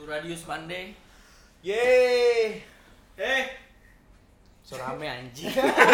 Radius Monday. Yeay. So rame anjing.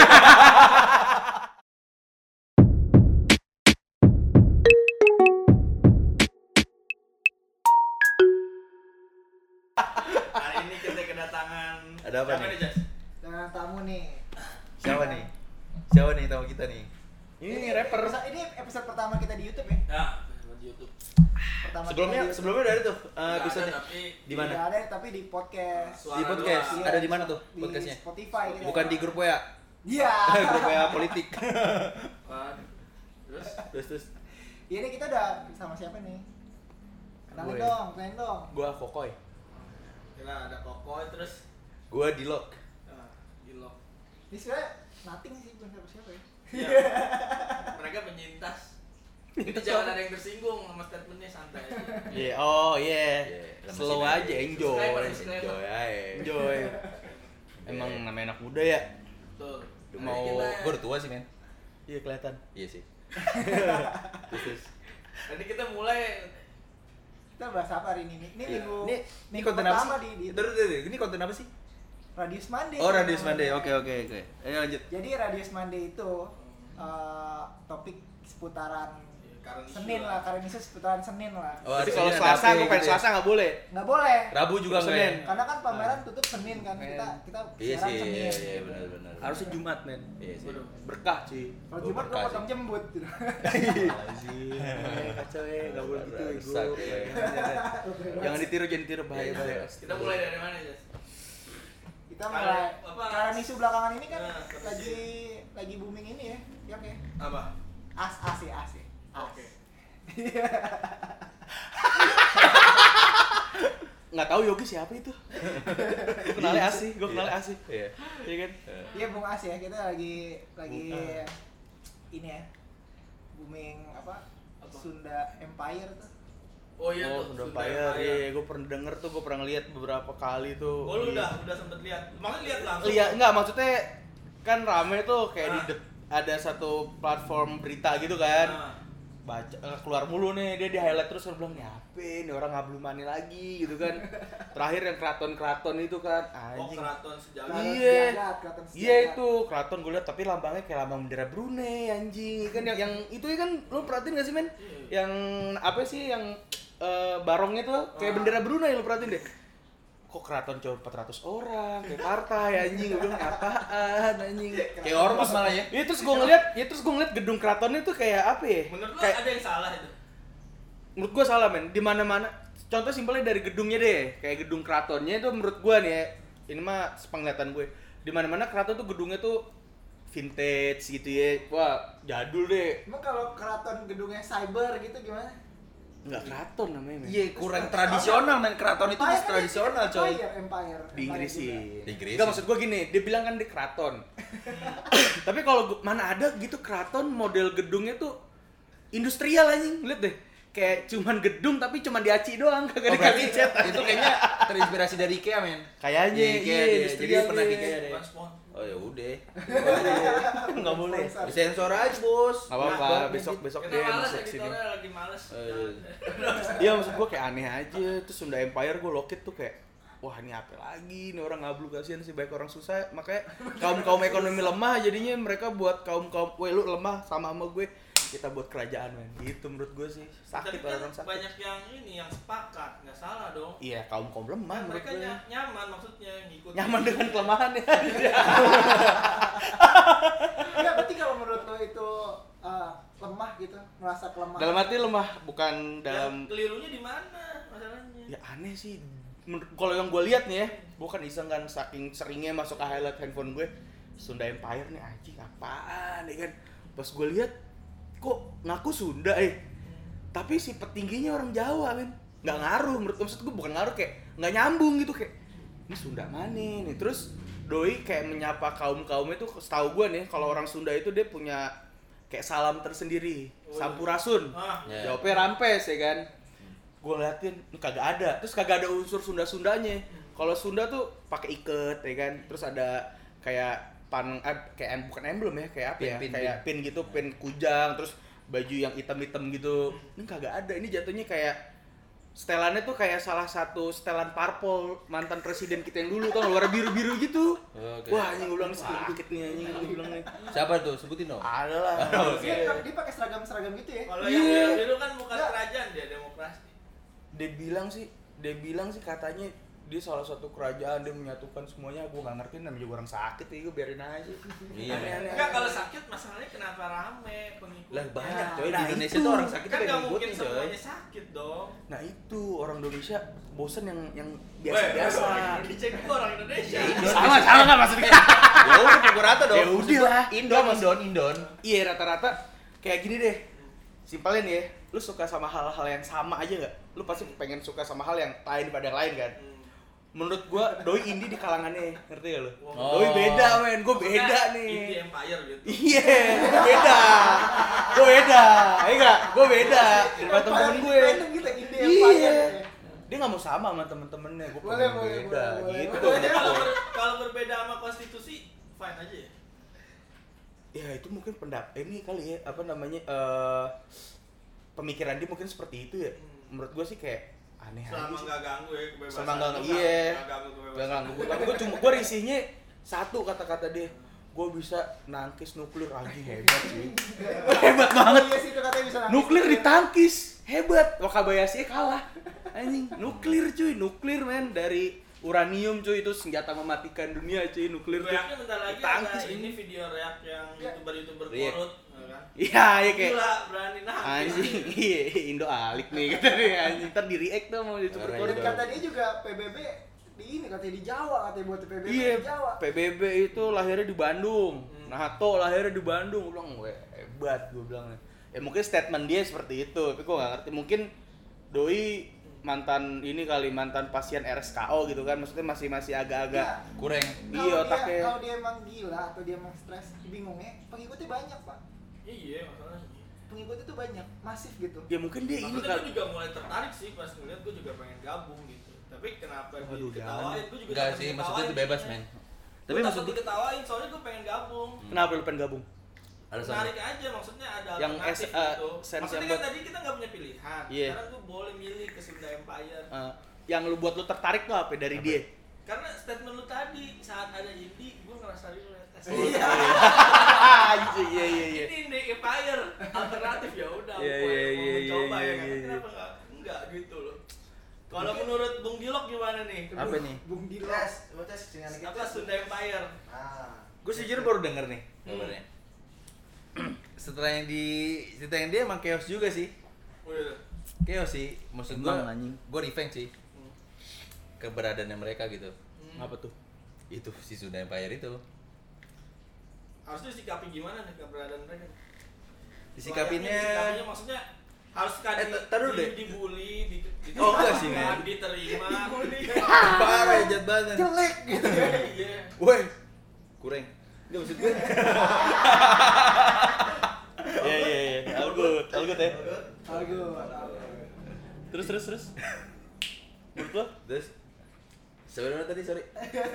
Hari ini kita kedatangan. Ada apa siapa nih? Jas? Dengan tamu nih. Siapa nih? Siapa nih tamu kita nih? Ini rapper. Ini episode pertama kita di YouTube ya? Ya, buat YouTube. Pertama Sebelumnya kita di udah ada tuh Nggak episode ada, tapi di mana? Tidak ada tapi di podcast. Suara Di podcast. doang. Iya, Ada di mana tuh di podcastnya? Spotify gitu. Bukan di grup WA. Iya. Grup WA politik. Apaan? Terus Terus Ini kita udah sama siapa nih? Kenalin Gue. dong, kenalin dong. gua Kokoy. Kira ada Koko terus Gua Dilok. Gilok. Ini sebenarnya nothing sih, bukan siapa-siapa ya. Iya. Mereka penyintas. Itu jangan ada yang tersinggung sama statementnya, santai aja. Iya, oh iya. Yeah, Slow lemesin aja, aja. enjoy. Enjoy aja. Enjoy. Emang namanya anak muda ya. Tuh. Mau gua udah tua sih, men. Iya kelihatan. Iya sih. Terus Nanti kita mulai. Kita bahas apa hari ini? Ini Iya. minggu Ini minggu konten apa pertama sih? di Terus ini konten apa sih? Radius Monday. Oh, Radius Monday. Oke. Ayo lanjut. Jadi Radius Monday itu topik seputaran Current issue Senin lah, karena ini seputaran Senin lah. Oh, Jadi ada kalau Senin, Selasa ada gue apa pengen gitu ya? Selasa nggak boleh. Nggak boleh. Rabu juga enggak Senin. ya? Karena kan pameran tutup Senin kan, kita Iya siaran sih, Senin. iya benar. Harusnya Jumat, men. Iya sih. Waduh. Berkah sih. Kalau Jumat gua Berkah potong sih. jembut gitu. Anjing. Kacau ya, enggak boleh gitu Rusak, ego. ya. Jangan ditiru bahaya. Iya. Kita mulai dari mana, Jas? Kita mulai Apa? karena isu belakangan ini kan Nah, lagi booming ini ya. Ya oke. Apa? As. Oke. Nggak tahu Yogi siapa itu. Gue kenalnya Asi, gue kenalnya Asi. Iya. Iya kan? Iya Bung As ya, kita lagi ini ya. Booming apa? Sunda Empire tuh. Oh iya Oh, tuh. udah Sunda bayar. Empire. Iya, gue pernah denger tuh, gue pernah ngeliat beberapa kali tuh. Oh lu Iya. udah sempet lihat. Makanya lihat langsung. Iya, enggak maksudnya kan rame tuh kayak Nah. ada satu platform berita gitu kan. Nah, Baca keluar mulu nih, dia di highlight terus, orang bilang nih orang ngablumani lagi gitu kan. Terakhir yang keraton itu kan oh anjing. keraton sejagat. Iya. Keraton Sejagat. Iya itu keraton gue liat, tapi lambangnya kayak lambang bendera Brunei anjing kan, yang itu ya kan, lu perhatiin gak sih men? Iya. Yang apa sih yang barongnya tuh kayak bendera Brunei, lu perhatiin deh. Kok keraton cuma 400 orang kayak partai anjing, gue bilang apaan anjing. Kayak ormas malah ya. Iya terus gue ngeliat gedung keratonnya tuh kayak apa ya? Menurut lu Kayak ada yang salah itu? menurut gue salah men, di mana-mana. Contoh simpelnya dari gedungnya deh, kayak gedung keratonnya itu menurut gue nih ya, ini mah sepenglihatan gue, di mana-mana keraton tuh gedungnya tuh vintage gitu ya, wah jadul deh. Emang kalau keraton gedungnya cyber gitu gimana? Nggak keraton namanya men. Iya, kurang tradisional men. Keraton itu masih tradisional, coy. Empire. Di Inggris juga. sih. Di Inggris Nggak, sih. maksud gue gini, dia bilang kan di keraton. Tapi kalau mana ada gitu keraton model gedungnya tuh industrial anjing, lihat deh. Kayak cuman gedung tapi cuman diaci doang, kagak Oh, berarti dikasih cat. itu kayaknya terinspirasi dari IKEA men. Kayaknya Iya, iya, jadi industrial pernah di deh. IKEA deh. Bukan spon. Oh ya udah. Nggak boleh. Sponsor. Disensor aja, Bos. Nggak apa-apa, Nah, besok Kita deh males, masuk sini. editornya lagi males. Iya maksud gue kayak aneh aja. Terus Sunda Empire gue lokit tuh kayak, wah ini apa lagi, ini orang ngablu, kasihan sih banyak orang susah. Makanya kaum ekonomi lemah jadinya mereka buat kaum, weh lu lemah sama gue, kita buat kerajaan men. Gitu menurut gue sih, Tapi sakit kan orang sakit. banyak yang ini yang sepakat, nggak salah dong. Iya kaum lemah Kan menurut mereka gue. nyaman maksudnya ngikut. Nyaman dengan kelemahannya. Enggak, berarti kalau menurut lo itu lemah gitu, merasa kelemahan. Dalam arti lemah, bukan dalam. Yang kelirunya di mana masalahnya? Ya aneh sih. Kalau yang gue lihat nih ya, bukan iseng kan, saking seringnya masuk ke highlight handphone gue, Sunda Empire nih anjing apaan ya kan. Pas gue lihat kok ngaku Sunda tapi si petingginya orang Jawa men. Nggak ngaruh, maksud gue bukan ngaruh, kayak nggak nyambung gitu, kayak ini Sunda mana nih. Terus doi kayak menyapa kaum-kaumnya tuh, setahu gue nih kalau orang Sunda itu dia punya kayak salam tersendiri, sampurasun. Ya. Jawabnya rampes ya kan. Gue liatin kagak ada, terus kagak ada unsur Sunda-Sundanya. Kalau Sunda tuh pakai iket ya kan, terus ada kayak kayak bukan emblem ya, kayak apa ya, kayak pin gitu, pin kujang, terus baju yang hitam-hitam gitu. Ini kagak ada, ini jatuhnya kayak setelannya tuh kayak salah satu setelan parpol mantan presiden kita yang dulu, tau warna biru-biru gitu. Oke. Wah, anjing gue bilang sakit nih anjing gue bilang nih. Siapa tuh? Sebutin dong. Ada lah. Dia pakai seragam gitu ya. Kalau Iya. yang biru kan bukan kerajaan, dia demokrasi. Dia bilang sih katanya dia salah satu kerajaan, dia menyatukan semuanya. Gue nggak ngerti, namanya juga orang sakit ya, gue biarin aja. Iya. Aneh-aneh. Enggak, kalau sakit masalahnya kenapa rame pengikutnya? Lah banyak coy, di Nah, Indonesia itu. tuh orang sakit Kan tuh nggak yang mungkin ngikutin coy. semuanya sakit dong. Nah itu orang Indonesia bosen yang Weh, biasa-biasa. orang Indonesia itu orang Indonesia. Sama nggak maksudnya? Ya udah pukul rata dong. Ya udah lah. Indon. Iya rata-rata kayak gini deh. Simpelnya nih ya, lu suka sama hal-hal yang sama aja nggak? Lu pasti pengen suka sama hal yang lain daripada yang lain kan? Menurut gua doi indie di kalangannya, ngerti gak lu? Oh. Doi beda men, gua beda nih. Indie Empire gitu. Iya, gua beda. Iya enggak? Gua beda daripada temen-temen gue. Random gitu, ide Empire. Iya. Dia nggak mau sama temen-temennya, gua Boleh, pengen boleh, beda boleh, gitu. boleh. Jadi kalau berbeda sama konstitusi, fine aja ya. Ya itu mungkin ini kali ya, apa namanya, pemikiran dia mungkin seperti itu ya. Menurut gua sih kayak aneh Selama aja sih. nggak ganggu ya kebebasan. Selama nggak lu, iya. nggak ganggu Gak kebebasan. ganggu gue, tapi gue risihnya satu kata-kata dia, gue bisa nangkis nuklir anjing hebat sih. Hebat banget. Iya sih itu katanya bisa nangkis. Nuklir ditangkis, hebat. Wakabayashi kalah. Anjing, nuklir men, dari uranium cuy, itu senjata mematikan dunia cuy, nuklir tuh. Reaknya bentar lagi Ditangkis, ada ini video reak yang youtuber Reak. korut, ya kan? Iya, iya kayak Gila, berani nangkis. anjing, iya Indo alik nih kata dia anjing, ntar di react tuh mau youtuber Keren, korut. Dan kata dia juga PBB di ini katanya di Jawa, katanya buat PBB Iya, di Jawa. PBB itu lahirnya di Bandung, NATO lahirnya di Bandung. Gue bilang, weh hebat, gue bilang. Ya mungkin statement dia seperti itu, tapi gue nggak ngerti. Mungkin doi mantan ini kali, mantan pasien RSKO gitu kan, maksudnya masih agak-agak Kurang. iya otaknya. Kalau dia emang gila atau dia emang stres, bingungnya pengikutnya banyak pak. Iya, masalahnya. Pengikutnya tuh banyak, masif gitu. Ya mungkin dia ini Maksudnya kali. gue juga mulai tertarik sih pas ngeliat, gue juga pengen gabung gitu. Tapi kenapa Waduh, diketawain? Gue juga Enggak takut sih, maksudnya diketawain itu bebas jadinya. men. Tapi Tapi maksud diketawain, soalnya gue pengen gabung. Kenapa lu pengen gabung? alasan Menarik aja, maksudnya ada Yang alternatif sense gitu. yang Maksudnya kan buat- tadi kita nggak punya pilihan. Iya. Sekarang gue boleh milih ke Sunda Empire. Yang lu buat lu tertarik tuh apa dari dia? Karena statement lu tadi, saat ada indie, gue ngerasa relate. Iya. Anjing, iya. Ini Indie Empire, alternatif ya udah. Iya, mau iya, mencoba iya, ya kan. iya, Kenapa enggak gitu loh. Kalau menurut Bung Gilok gimana nih? Apa nih? Bung Dilo. Apa Sunda Empire? Nah, Gue sejujurnya baru denger nih. kabarnya? Setelah yang ceritain dia emang chaos juga sih. Wih, Chaos sih. Maksud Emang, gua, anjing. gua revenge sih. Keberadaannya mereka gitu. Apa tuh? Itu si Sunda Empire itu. harus disikapi gimana nih keberadaan mereka? Disikapinnya Disikapinya maksudnya harus kan taruh deh. dibully, Oh, enggak sih, men. diterima. parah jahat banget. jelek gitu. Iya. Woi, kurang. Enggak maksud gue. Iya. All good ya. Aduh. Terus. Menurut lo? Terus sebenarnya tadi sorry.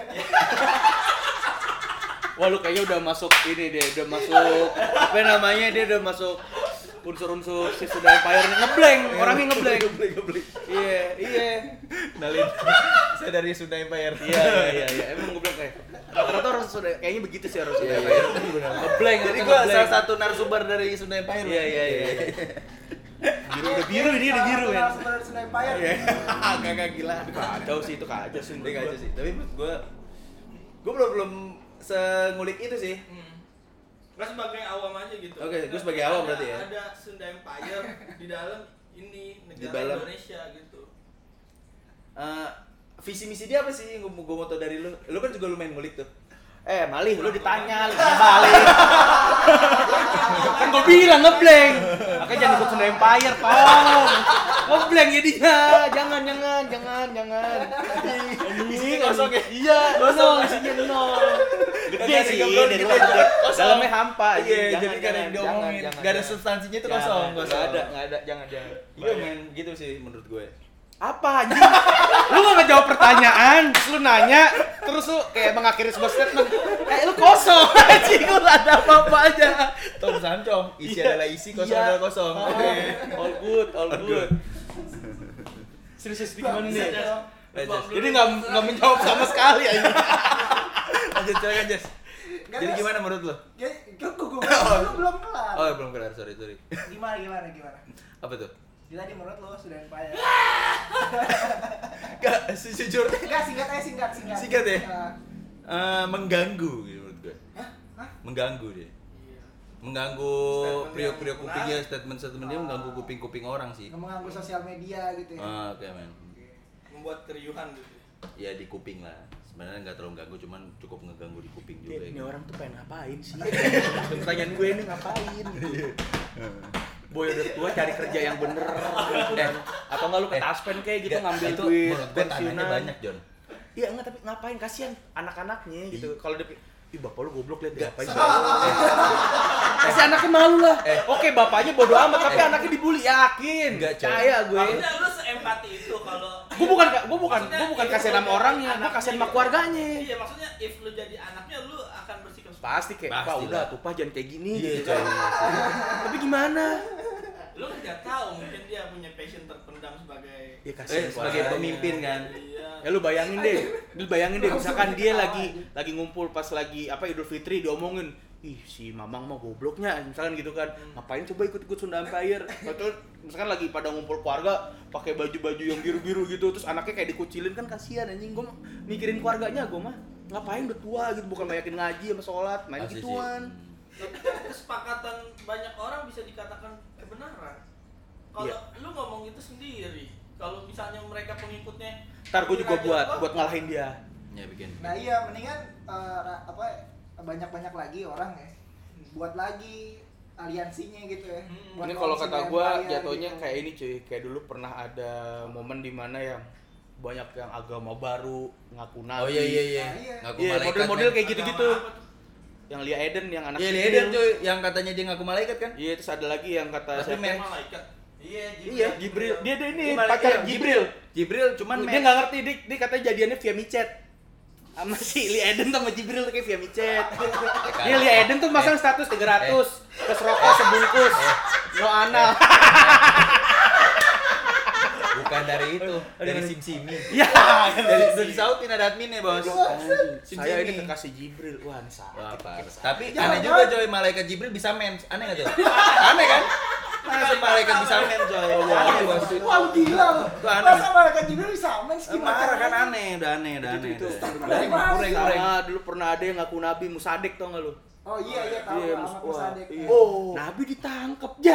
Wah lu kayaknya udah masuk ini deh, udah masuk apa namanya, dia udah masuk unsur-unsur si Sunda Empire nih, ngeblank, orangnya ngeblank. Iya. Nalin. Saya dari Sunda Empire. Iya, emang ngeblank kayak. Rata-rata orang Sunda kayaknya begitu sih orang Sunda Empire. Ngeblank. Jadi orangnya gua ngeblank. salah satu narasumber dari Sunda Empire. Iya. Biru ini udah biru kan. Sebenarnya Sunda Empire. Iya. Agak gila. Kacau sih itu kacau sih. Dia kacau sih. Tapi menurut gua belum sengulik itu sih. Nggak sebagai awam aja gitu. Oke, gue sebagai awam berarti ya. Ada Sunda Empire di dalam ini Di negara dalam- Indonesia gitu. Visi misi dia apa sih? Gue mau tau dari lu. Lu kan juga lumayan ngulik tuh. Malih, lu ditanya, lu balik. Kan gue bilang ngeblank. Makanya jangan ikut Sunda Empire, tolong. Ngeblank jadinya. Jangan. Ini kosong ya? Iya, kosong isinya nol. Gede sih, dari luar gede. Dalamnya hampa. Iya, jadi gak ada yang diomongin. Gak ada substansinya tuh kosong. Nggak ada, jangan. Iya men, gitu sih menurut gue. Apa anjing? Lu nggak ngejawab pertanyaan, terus lu nanya, terus lu kayak mengakhiri sebuah statement. Lu kosong anjing, lu nggak ada apa-apa aja. Tom Sancong, isi Iya. adalah isi, kosong Iya. adalah kosong. All good. Serius gimana nih? Jas. Jadi nggak menjawab sama sekali aja. Lanjut silakan Jas. Jadi gimana menurut lo? Lu belum kelar. Oh belum kelar, sorry. Gimana? Apa tuh? Jadi tadi menurut lo sudah empire. Gak, sejujurnya Enggak, singkat. Singkat ya? Mengganggu gitu menurut gue. Hah? Mengganggu dia. Iya. Mengganggu Statement priok-priok yang kupingnya, statement dia mengganggu kuping-kuping orang sih. Mengganggu sosial media gitu ya. Oke men. Membuat keriuhan gitu. Ya di kuping lah. Sebenarnya nggak terlalu ganggu, cuman cukup ngeganggu di kuping juga. Ini gitu. orang tuh pengen ngapain sih? Pertanyaan gue ini ngapain? Boy udah tua cari kerja yang bener. Atau nggak lu ke Taspen kayak gitu ngambil itu duit menurut gue tanahnya pensiunan. banyak John. Iya enggak, tapi ngapain, kasihan anak-anaknya gitu. Kalau dia ih bapak lu goblok lihat dia ngapain. Kasih anaknya malu lah. Oke, bapaknya bodo amat tapi anaknya dibully, yakin. Enggak, coy. Percaya gue. Maksudnya lu seempati itu kalau Gue bukan kasihan sama orangnya, gue kasihan sama keluarganya. Iya, maksudnya if lu jadi anaknya lu akan bersikap Pasti kayak, Pak Pasti udah lah. tuh Pak jangan kayak gini Iya, gitu. coy. Tapi gimana? lu nggak tahu mungkin dia punya passion terpendam sebagai Ya kasihan Sebagai keluarganya. pemimpin kan. Iya. Ya lu bayangin deh misalkan dia lagi ngumpul pas lagi apa Idul Fitri diomongin, ih si Mamang mah gobloknya misalkan gitu kan. Ngapain coba ikut-ikut Sunda Empire? Betul, misalkan lagi pada ngumpul keluarga pakai baju-baju yang biru-biru gitu terus anaknya kayak dikucilin kan kasihan anjing. Gue mikirin keluarganya gue mah. Ngapain udah tua gitu, bukan banyakin ngaji sama sholat, main Pasti sih. gituan. Tapi kan kesepakatan banyak orang bisa dikatakan kebenaran. Kalau Iya. lu ngomong itu sendiri, kalau misalnya mereka pengikutnya Ntar gue juga Raja buat ngalahin dia. Ya bikin. Nah iya, mendingan banyak-banyak lagi orang ya, buat lagi aliansinya gitu ya. Buat Ini kalau lawan kata Sunda gue Empire jatuhnya gitu. kayak ini cuy, kayak dulu pernah ada momen dimana yang banyak yang agama baru ngaku nabi. Oh iya. Nah, iya. Ngaku Iya, malaikat. model-model men. kayak gitu-gitu. Agama apa tuh? Yang Lia Eden yang anak Iya, kecil. Eden cuy, yang katanya dia ngaku malaikat kan? Iya, terus ada lagi yang kata Tapi siapa? men. Malaikat. Iya, Iya, Jibril. Dia ini Dia malaikat, pacar iya, Jibril. Jibril cuman Dia nggak ngerti, dia katanya jadiannya via micet. Sama si Lia Eden sama Jibril kayak via micet. Dia Lia Eden tuh masang status 300, terus rokok sebungkus. No anal. bukan dari itu, dari Simsimi. Ya, Dari disautin ada adminnya, Bos. saya ini kekasih Jibril. Wah, ini Wah, sakit. parah. Tapi Jangan, aneh juga coy, malaikat Jibril bisa mens. Aneh enggak coy? Aneh kan? Masa malaikat bisa mens coy? Aneh, Bos. Wah gila loh. Itu aneh. Masa malaikat Jibril bisa mens gimana? Marah kan aneh, udah aneh. Itu. Kurang. Sama dulu pernah ada yang ngaku nabi Musadek, tau nggak lu? Oh iya tahu Iya, sama wah, Sadek. iya. Oh. Nabi ditangkep ya.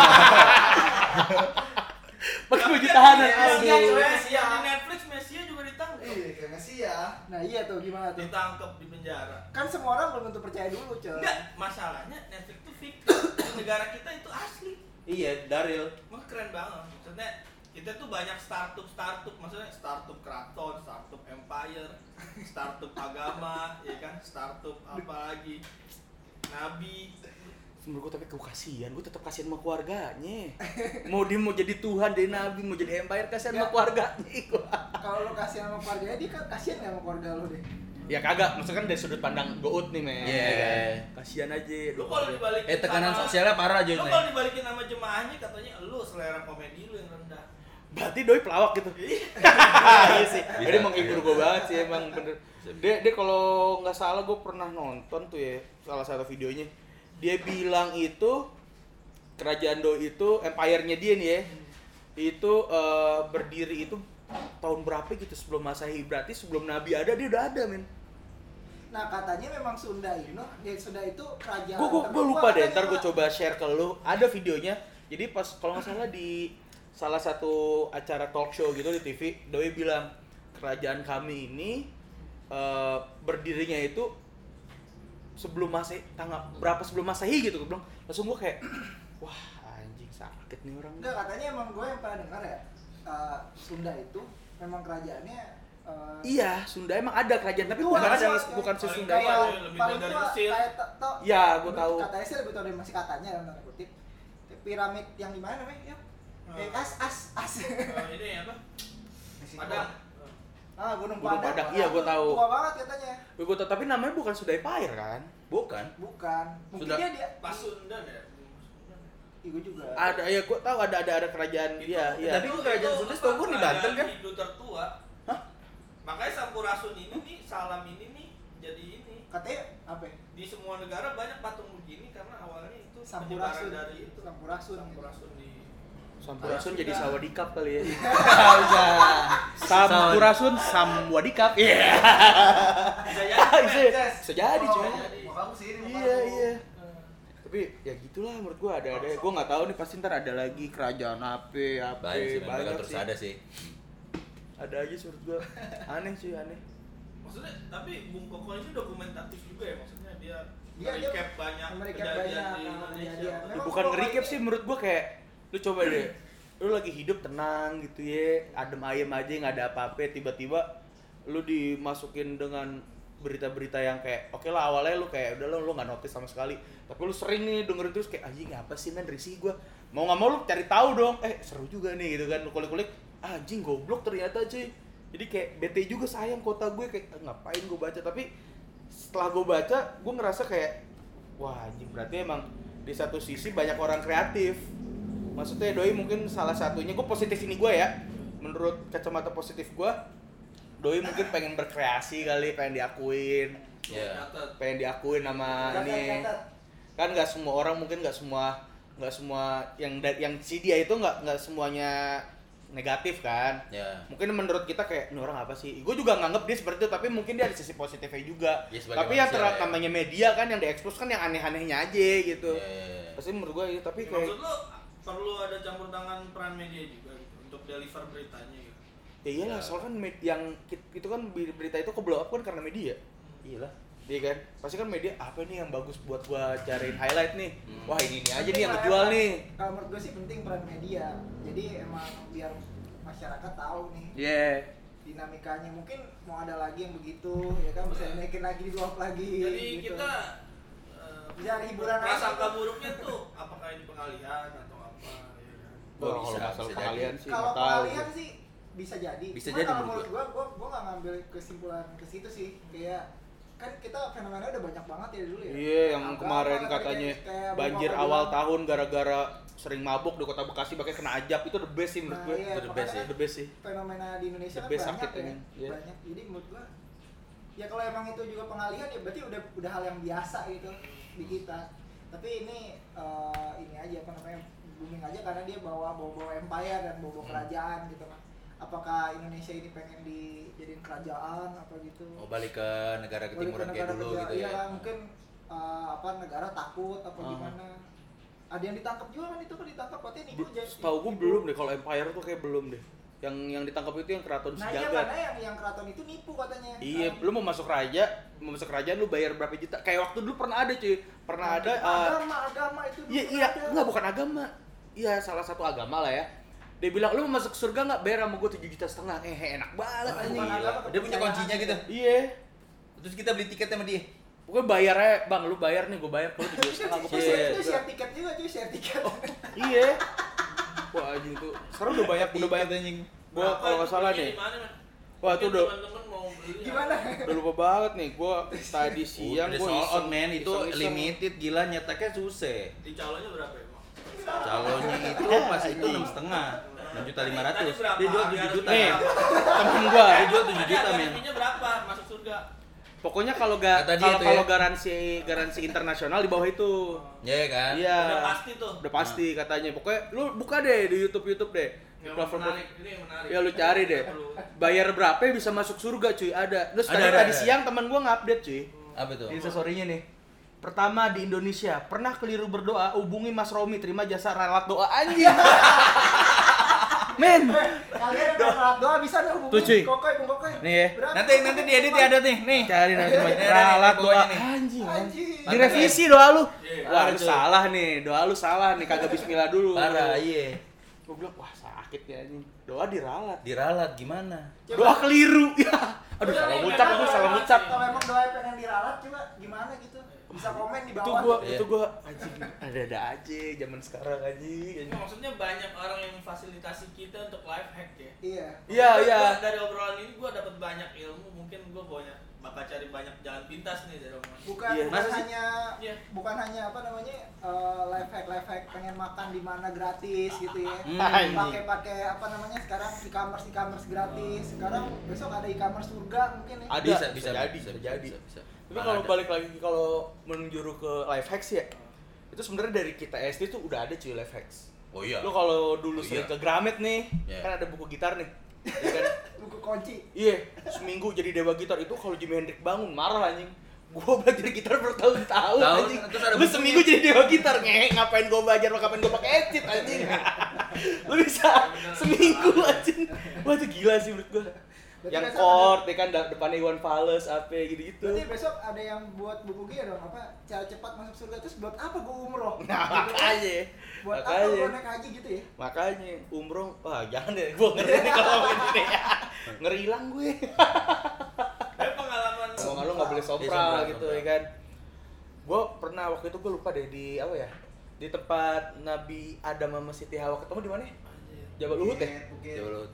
Pakai baju tahanan. Mesia, Aduh. Mesia di Netflix, Mesia juga ditangkap. Kayak Mesia. Nah iya tuh gimana tuh? Ditangkap di penjara. Kan semua orang belum tentu percaya dulu, coy. Enggak, masalahnya Netflix itu fiktif. Di negara kita itu asli. Iya, Daril. Wah, keren banget. Maksudnya kita tuh banyak startup, maksudnya startup keraton, startup empire, startup agama, ya kan, startup apa lagi, nabi. Menurut gue tapi gue kasihan, gue tetap kasihan sama keluarganya. Mau dia mau jadi Tuhan, jadi Nabi, mau jadi Empire, kasihan sama keluarganya gua. Kalau lo kasihan sama keluarganya, dia kan kasihan nggak sama keluarga lo deh. Ya kagak, maksudnya kan dari sudut pandang Gout nih men. Iya. Ya kan? Kasihan aja. Lu kalau dibalikin Tekanan sama- sosialnya parah aja Lu nih. kalau dibalikin sama jemaahnya katanya lu selera komedi lu yang rendah. Berarti doi pelawak gitu. Iya sih. Bisa. Jadi menghibur gue banget sih emang bener. Dia kalau nggak salah gue pernah nonton tuh ya salah satu videonya. Dia bilang itu kerajaan Doi itu empire-nya dia nih ya. Itu berdiri itu tahun berapa gitu sebelum Masehi, berarti sebelum Nabi ada dia udah ada men. Nah katanya memang Sunda itu kerajaan. Gue lupa deh, ntar gue coba share ke lu. Ada videonya. Jadi pas kalau nggak salah di salah satu acara talk show gitu di TV, Doi bilang kerajaan kami ini berdirinya itu sebelum Masehi, berapa sebelum Masehi gitu. Gue bilang, langsung gue kayak, wah anjing sakit nih orang. Enggak, katanya emang gue yang pernah dengar ya, Sunda itu memang kerajaannya Iya, Sunda emang ada kerajaan tapi tua, bukan tua, ada kayak- bukan si paling Sunda. kaya. kayak Lebih paling tua dari tua Mesir. kayak Ya, gue tahu. Katanya sih lebih tua dari masih katanya dalam tanda kutip. Piramid yang di mana namanya? Ya. As. Ini apa? Padang. Gunung Gunung Padang. Padang, iya, gua tahu. Tua banget katanya. Gue tahu, tapi namanya bukan Sunda Empire kan? Bukan. Bukan. Mungkin Sudah. dia Pasundan ya? Gue juga. Ada ya, gue tahu ada kerajaan Itu- iya. Tapi gua kerajaan Sunda setahu gua di Banten kan? Hindu tertua. Hah? Makanya Sampurasun ini nih, salam ini nih jadi ini. Katanya apa? Di semua negara banyak patung begini karena awalnya itu Sampurasun. penyebaran dari itu. Sampurasun. Sampurasun di Sampurasun jadi Sawadikap kali ya. Bisa. Sampurasun Samwadikap. Iya. Bisa jadi cuy. Mau kamu sini, mau Iya, kamu. iya. Tapi ya gitulah menurut gua ada. Gua nggak tahu nih pasti ntar ada lagi kerajaan apa Banyak sih, bakal banyak terus sih. ada sih. Ada aja sih menurut gua. Aneh sih, aneh. Maksudnya tapi Bung Koko ini dokumentatif juga ya, maksudnya dia Dia recap banyak merecap kejadian banyak di Indonesia. kejadian. Ya, Memang bukan kalau nge-recap ini- sih menurut gua kayak lu coba deh. Lu lagi hidup tenang gitu ya, adem ayem aja nggak ada apa-apa, tiba-tiba lu dimasukin dengan berita-berita yang kayak oke lah awalnya lu kayak udah lu nggak notice sama sekali, tapi lu sering nih dengerin terus kayak anjing apa sih men risih gua, mau nggak mau lu cari tahu dong, seru juga nih gitu kan, lu kulik-kulik anjing goblok ternyata cuy, jadi kayak bete juga sayang kota gue kayak ngapain gue baca, tapi setelah gue baca gue ngerasa kayak wah anjing berarti emang di satu sisi banyak orang kreatif. Maksudnya doi mungkin salah satunya, gue positif ini gue ya, menurut kacamata positif gue, doi mungkin pengen berkreasi kali, pengen diakuin, Ya. Catat. pengen diakuin sama ini. Kan nggak semua orang mungkin nggak semua yang si dia itu nggak semuanya negatif kan. Ya. Mungkin menurut kita kayak ini orang apa sih? Gue juga nganggep dia seperti itu, tapi mungkin dia ada sisi positifnya juga. Ya, sebagai Tapi yang manusia, ya. namanya media kan yang diekspos kan yang aneh-anehnya aja gitu. Ya. Pasti menurut gue tapi kayak Maksud lu perlu ada campur tangan peran media juga gitu untuk deliver beritanya gitu. ya iyalah, Ya. soalnya kan yang itu kan berita itu ke-blow up kan karena media. Iyalah. Iya kan? Pasti kan media apa nih yang bagus buat gua cariin highlight nih. Wah, ini aja nih yang ngejual nih. Kalau menurut gue sih penting peran media. Jadi emang biar masyarakat tahu nih Iya. dinamikanya. Mungkin mau ada lagi yang begitu, ya kan bisa dinaikin lagi, di up lagi. Jadi gitu. kita Bisa hiburan aja. prasangka buruknya tuh apakah ini pengalihan atau apa ya kan. Oh, Kalau bisa masalah jadi. kalian sih Kalau nggak tahu. pengalihan sih bisa jadi. Bisa Cuma jadi kalau menurut menurut gua nggak ngambil kesimpulan ke situ sih. Kayak kan kita fenomena udah banyak banget ya dulu ya. Iya, yang Agama, kemarin tadi katanya kayak banjir Bapak awal bilang. tahun gara-gara sering mabuk di kota Bekasi pakai kena ajab, itu the best sih menurut Nah, gue. iya, Itu the best makanya sih. The best sih. fenomena di Indonesia The kan best banyak sakit ya. ini, iya. Banyak. Jadi menurut gua ya kalau emang itu juga pengalihan ya berarti udah hal yang biasa gitu di kita. Tapi ini aja apa namanya booming aja karena dia bawa empire dan bawa kerajaan gitu kan. Apakah Indonesia ini pengen dijadiin kerajaan apa gitu? Oh, balik ke negara Balik ke ketimuran kayak negara dulu kerja- gitu iya, ya. mungkin negara takut apa gimana. Ada yang ditangkap juga kan, itu kan ditangkap katanya nih Tahu gue belum deh, kalau Empire tuh kayak belum deh. Yang ditangkap itu yang keraton Nah, iya sejagat. karena yang keraton itu nipu katanya. Iya, lu mau masuk kerajaan lu bayar berapa juta? Kayak waktu dulu pernah ada cuy, pernah ada. agama itu dulu Iya, ada. enggak bukan agama. Iya, salah satu agama lah ya. Dia bilang lu mau masuk surga nggak, bayar sama gue 7,5 juta. Enak banget Bukan anjing. agama, Gila. Dia punya kuncinya gitu. Iya. Terus kita beli tiket sama dia. Pokoknya bayar aja, bang, lu bayar nih, gue bayar kalau 7,5 gue Itu Iya. itu share tiket juga cuy, share tiket. Iya. Wah anjing tuh. Sekarang udah banyak anjing. Gua kalau nggak salah nih. Wah, itu udah teman-teman mau beli. Gimana? udah lupa banget nih. Gua tadi siang Udah gua sold out, men. Itu iseng-iseng. limited, gila, nyetaknya susah. Di calonnya berapa emang? Calonnya itu pas itu 6,5. 6.500.000. Dia jual 7 juta. Nih, ya. temen gua. Dia jual 7 juta, men. Harganya berapa masuk surga? Pokoknya kalau Kata dia tuh kalau ya. garansi internasional di bawah itu. Iya kan? Iya. Udah pasti tuh. Udah pasti katanya. Pokoknya lu buka deh di YouTube deh. Di Yang platform menarik, ini yang menarik. ya lu cari deh. Perlu. Bayar berapa bisa masuk surga cuy, ada. Terus Ada, tadi ada. siang teman gua ngupdate cuy. Apa tuh? Instastory-nya nih. Pertama di Indonesia, pernah keliru berdoa, hubungi Mas Romi, terima jasa ralat doa anjing. Men. Kalian yang ralat doa bisa deh Tuh, cuy. hubungin Kokoy, Bung Kokoy. Nih ya. Berapa? Nanti diedit ya ada nih. Nih. Cari nanti Nih, nih, ralat pokoknya doa nih. anjing. Anjing. Direvisi doa lu. Iya. Wah, lu Cuy. salah nih. Doa lu salah nih, kagak bismillah dulu. Parah, iya. Gua bilang, wah sakit ya anjing. Doa diralat. Diralat gimana? Coba. Doa keliru. Ya. Aduh, Coba salah nih, ngucap kalau gua, salah emang- ngucap. Kalau emang doa pengen diralat coba gimana gitu? Bisa komen di bawah. Iya. Itu gua anjing. Ada aja zaman sekarang anjing. Ini maksudnya banyak orang yang memfasilitasi kita untuk life hack ya. Iya. Iya, iya. Dari obrolan ini gue dapat banyak ilmu, mungkin gue banyak bakal cari banyak jalan pintas nih dari orang. Bukan Iya. bukan Masa sih? hanya Iya. bukan hanya apa namanya life hack pengen makan di mana gratis gitu ya. Anjing. Pakai apa namanya sekarang e-commerce gratis. Sekarang besok ada e-commerce surga mungkin ya. Ada, bisa jadi. bisa. Tapi kalau balik lagi kalau menjuru ke life hacks ya, itu sebenarnya dari kita SD tuh udah ada cuy life hacks. Oh iya. Lo kalau dulu Oh, sering iya. ke Gramet nih, Iya. kan ada buku gitar nih. Iya kan? Buku kunci. Iya, seminggu jadi dewa gitar itu kalau Jimi Hendrix bangun marah anjing. Gua belajar gitar bertahun-tahun Tahun, anjing. terus ada Lu bukunya. seminggu jadi dewa gitar ngapain gua belajar, ngapain gua pakai cheat anjing. Lu bisa seminggu anjing. Wah, itu gila sih menurut gua. Berarti Yang besok chord ya kan depannya Iwan Fals apa gitu-gitu. Berarti besok ada yang buat buku gini dong apa cara cepat masuk surga terus buat apa gua umroh? Nah, makanya. Buat apa Makanya. gua naik haji gitu ya? Makanya umroh, wah jangan deh, gua ngeri nih kalau ngomongin ini. Ngeri hilang gue. Pengalaman Ngomong lu nggak boleh Sompral, sompral gitu sompral. ya kan. Gue pernah waktu itu gue lupa deh di apa ya, di tempat Nabi Adam sama Siti Hawa ketemu di mana? Jabal Uhud ya? Jabal Uhud.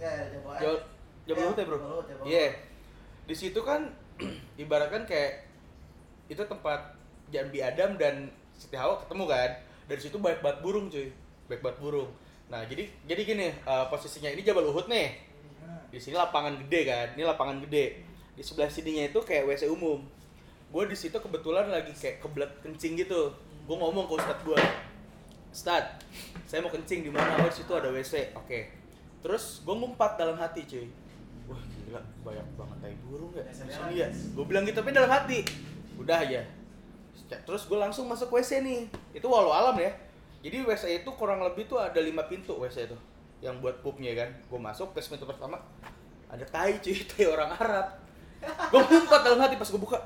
Jabal Uhud ya bro? Iya. Di situ kan ibaratkan kayak itu tempat Nabi Adam dan Siti Hawa ketemu kan. Dari situ banyak banget burung cuy, banyak banget burung. Nah jadi gini posisinya ini Jabal Uhud nih. Di sini lapangan gede kan, ini lapangan gede. Di sebelah sininya itu kayak WC umum. Gue di situ kebetulan lagi kayak kebelet kencing gitu. Gue ngomong ke ustadz gue, Ustadz, saya mau kencing di mana? Oh, di situ ada WC. Oke. Terus gue ngumpat dalam hati cuy. Wah gila, banyak banget tai burung ya. Di sini ya. Gue bilang gitu tapi dalam hati. Udah ya. Terus gue langsung masuk WC nih. Itu walau alam ya. Jadi WC itu kurang lebih tuh ada 5 pintu WC itu. Yang buat pupnya kan. Gue masuk ke pintu pertama ada tai cuy, tai orang Arab. Gue ngumpat dalam hati pas gue buka.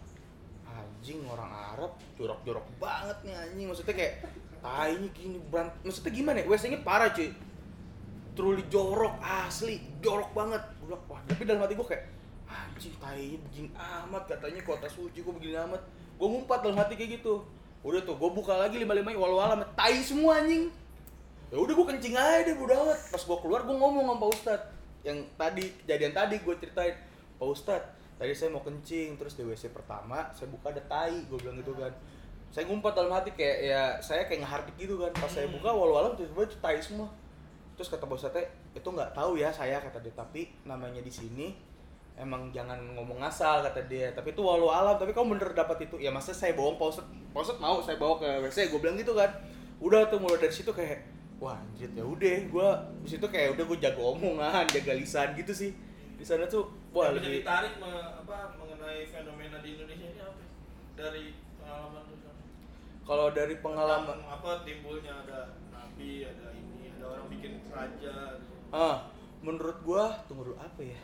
Anjing orang Arab, jorok-jorok banget nih anjing. Maksudnya kayak tainya gini maksudnya gimana ya? WC-nya parah cuy. Truly jorok, asli, jorok banget. Gue bilang, wah, tapi dalam hati gue kayak anjing tainya begini amat, katanya kota suci kok begini amat. Gue ngumpat dalam hati kayak gitu. Udah tuh, gue buka lagi 5-5-nya walau alam, tai semua anjing. Ya udah gue kencing aja deh, bodo amat. Pas gue keluar gue ngomong sama Pak Ustadz yang tadi, kejadian tadi gue ceritain. Pak Ustadz, tadi saya mau kencing, terus di WC pertama saya buka ada tai, gue bilang gitu kan. Saya ngumpat dalam hati kayak ya saya kayak ngehardik gitu kan. Pas saya buka walau alam tiba-tiba itu tai semua. Terus kata Pak Ustadz, itu nggak tahu ya saya, kata dia, tapi namanya di sini emang jangan ngomong ngasal, kata dia. Tapi itu walau alam, tapi kamu bener dapat itu. Ya masa saya bohong, Pak Ustadz mau saya bawa ke WC, gue bilang gitu kan. Udah tuh mulai dari situ kayak wah anjir ya udah, gue di situ kayak udah gue jago omongan, jaga lisan gitu sih. Di sana tuh wah yang bisa lebih ditarik mengenai fenomena di Indonesia ini apa? Dari pengalaman lu kan? kalau dari pengalaman Tentang apa timbulnya ada nabi, ada ini, ada orang bikin raja. menurut gua tunggu dulu apa ya?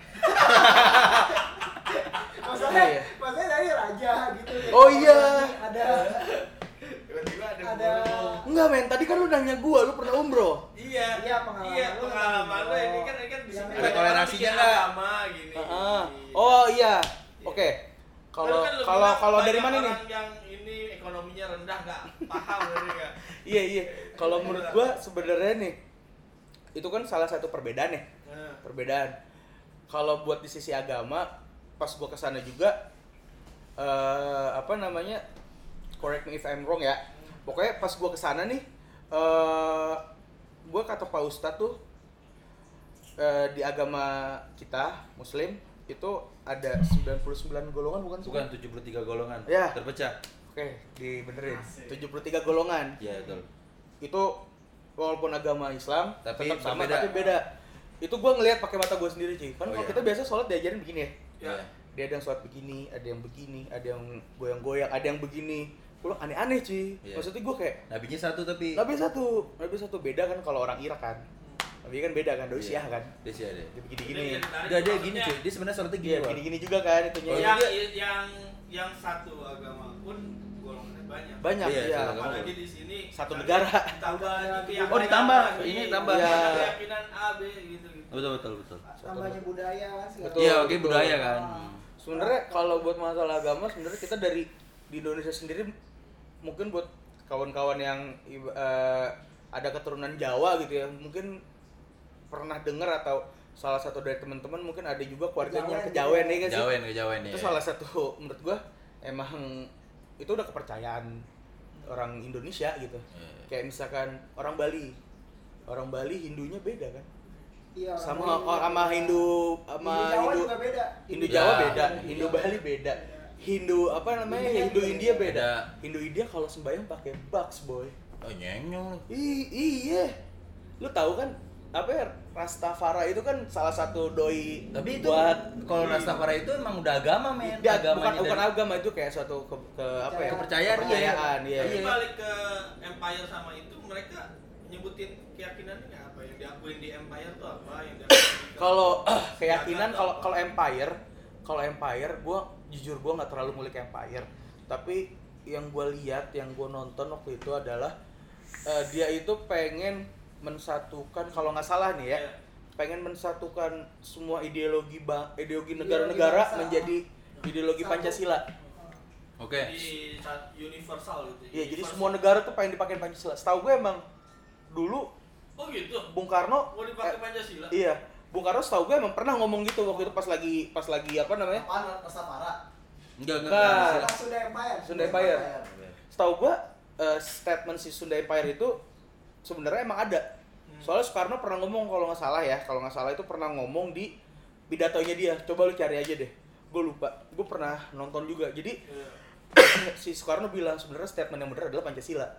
Maksudnya, Iya. maksudnya dari raja gitu. Oh iya. Ada Tiba-tiba ada Enggak men, tadi kan lu nanya gua, lu pernah umroh. Iya, Iya, pengalaman iya, lu pengalaman kan. lo ini kan di sini Ada banyak orang toleransinya bikin nggak? agama gini. Oh iya. Oke. Lalu kan lu Kalau bilang kalau dari banyak mana nih? orang yang ini ekonominya rendah nggak paham dari nggak? Iya. Kalau menurut gua sebenarnya nih itu kan salah satu perbedaan ya. Nah, Perbedaan. Kalau buat di sisi agama, pas gua kesana juga apa namanya? Correct me if I'm wrong ya. Pokoknya pas gua kesana nih gua kata Pak Ustadz tuh di agama kita Muslim itu ada 99 golongan bukan sih? Bukan 73 golongan. Ya. Terpecah. Oke, dibenerin. Asik. 73 golongan. Iya, betul. Itu walaupun agama Islam Tapi tetap sama berbeda. tapi beda. Itu gua ngelihat pakai mata gua sendiri, cuy. Kan Oh, kalau iya. kita biasa sholat diajarin begini ya. ya. Dia ada yang sholat begini, ada yang begini, ada yang goyang-goyang, ada yang begini. Gua bilang aneh-aneh, cuy. Iya. Maksudnya gua kayak Nabinya satu tapi Nabi satu beda kan kalau orang Irak kan. Nabi kan beda kan, doi Iya. Syiah kan. Dia sih ada. Dia begini-gini. Dia gini cuy. Dia sebenarnya sholatnya gini. Iya, Bang. begini-gini juga kan itunya. Oh, Yang satu agama pun golongannya banyak. Banyak Iya, ya. satu agama. Apalagi di sini Satu ada negara. Ditambah keyakinan Oh, ditambah. lagi. Ini tambah. Iya. Ada keyakinan A, B gitu. Betul. tambahnya budaya kan segala Betul. Iya, oke budaya kan. Sebenarnya kalau buat masalah agama sebenarnya kita di Indonesia sendiri mungkin buat kawan-kawan yang ada keturunan Jawa gitu ya, mungkin pernah dengar atau salah satu dari teman-teman mungkin ada juga keluarganya Kejawen kejawen ya guys. Kejawen Itu ya. salah satu menurut gua emang itu udah kepercayaan orang Indonesia gitu. Kayak misalkan orang Bali Hindunya beda kan? Iya, sama Hindu Jawa juga beda. Hindu Ya, Jawa beda, Hindu Hindu Jawa. Bali beda. Hindu apa namanya? Hindu India beda. Beda. Hindu India kalau sembahyang pakai bucks, boy. Oh nyenyong. Iya. Lu tahu kan apa ya? Rastafari itu kan salah satu doi Tapi itu buat kalau Rastafari itu emang udah agama, men. dia Agamanya bukan dari- agama itu kayak suatu apa ya? Kepercayaan, Kepercayaan, iya. Tapi balik ke Empire sama itu, mereka nyebutin keyakinannya apa yang diakuin di Empire tuh apa yang diakuin Kalau keyakinan kalau Empire gue jujur gue nggak terlalu ngulik Empire, tapi yang gue lihat yang gue nonton waktu itu adalah dia itu pengen mensatukan, kalau nggak salah nih ya, pengen mensatukan semua ideologi negara-negara bangsa. menjadi ideologi Satu. Pancasila. Oke. di universal gitu. Iya, jadi Universal. semua negara tuh pengen dipakai Pancasila. Setahu gue emang dulu Oh gitu. Bung Karno Mau dipakai Pancasila? iya, Bung Karno setahu gue emang pernah ngomong gitu waktu itu pas lagi apa namanya? Apaan Rastafari? Enggak. Nah. Sunda Empire. Sunda Empire. Setahu gua statement si Sunda Empire itu sebenarnya emang ada. Soalnya Soekarno pernah ngomong kalau nggak salah itu pernah ngomong di pidatonya dia. Coba lu cari aja deh. Gue lupa. Gue pernah nonton juga. Jadi Iya. si Soekarno bilang sebenarnya statement yang benar adalah Pancasila.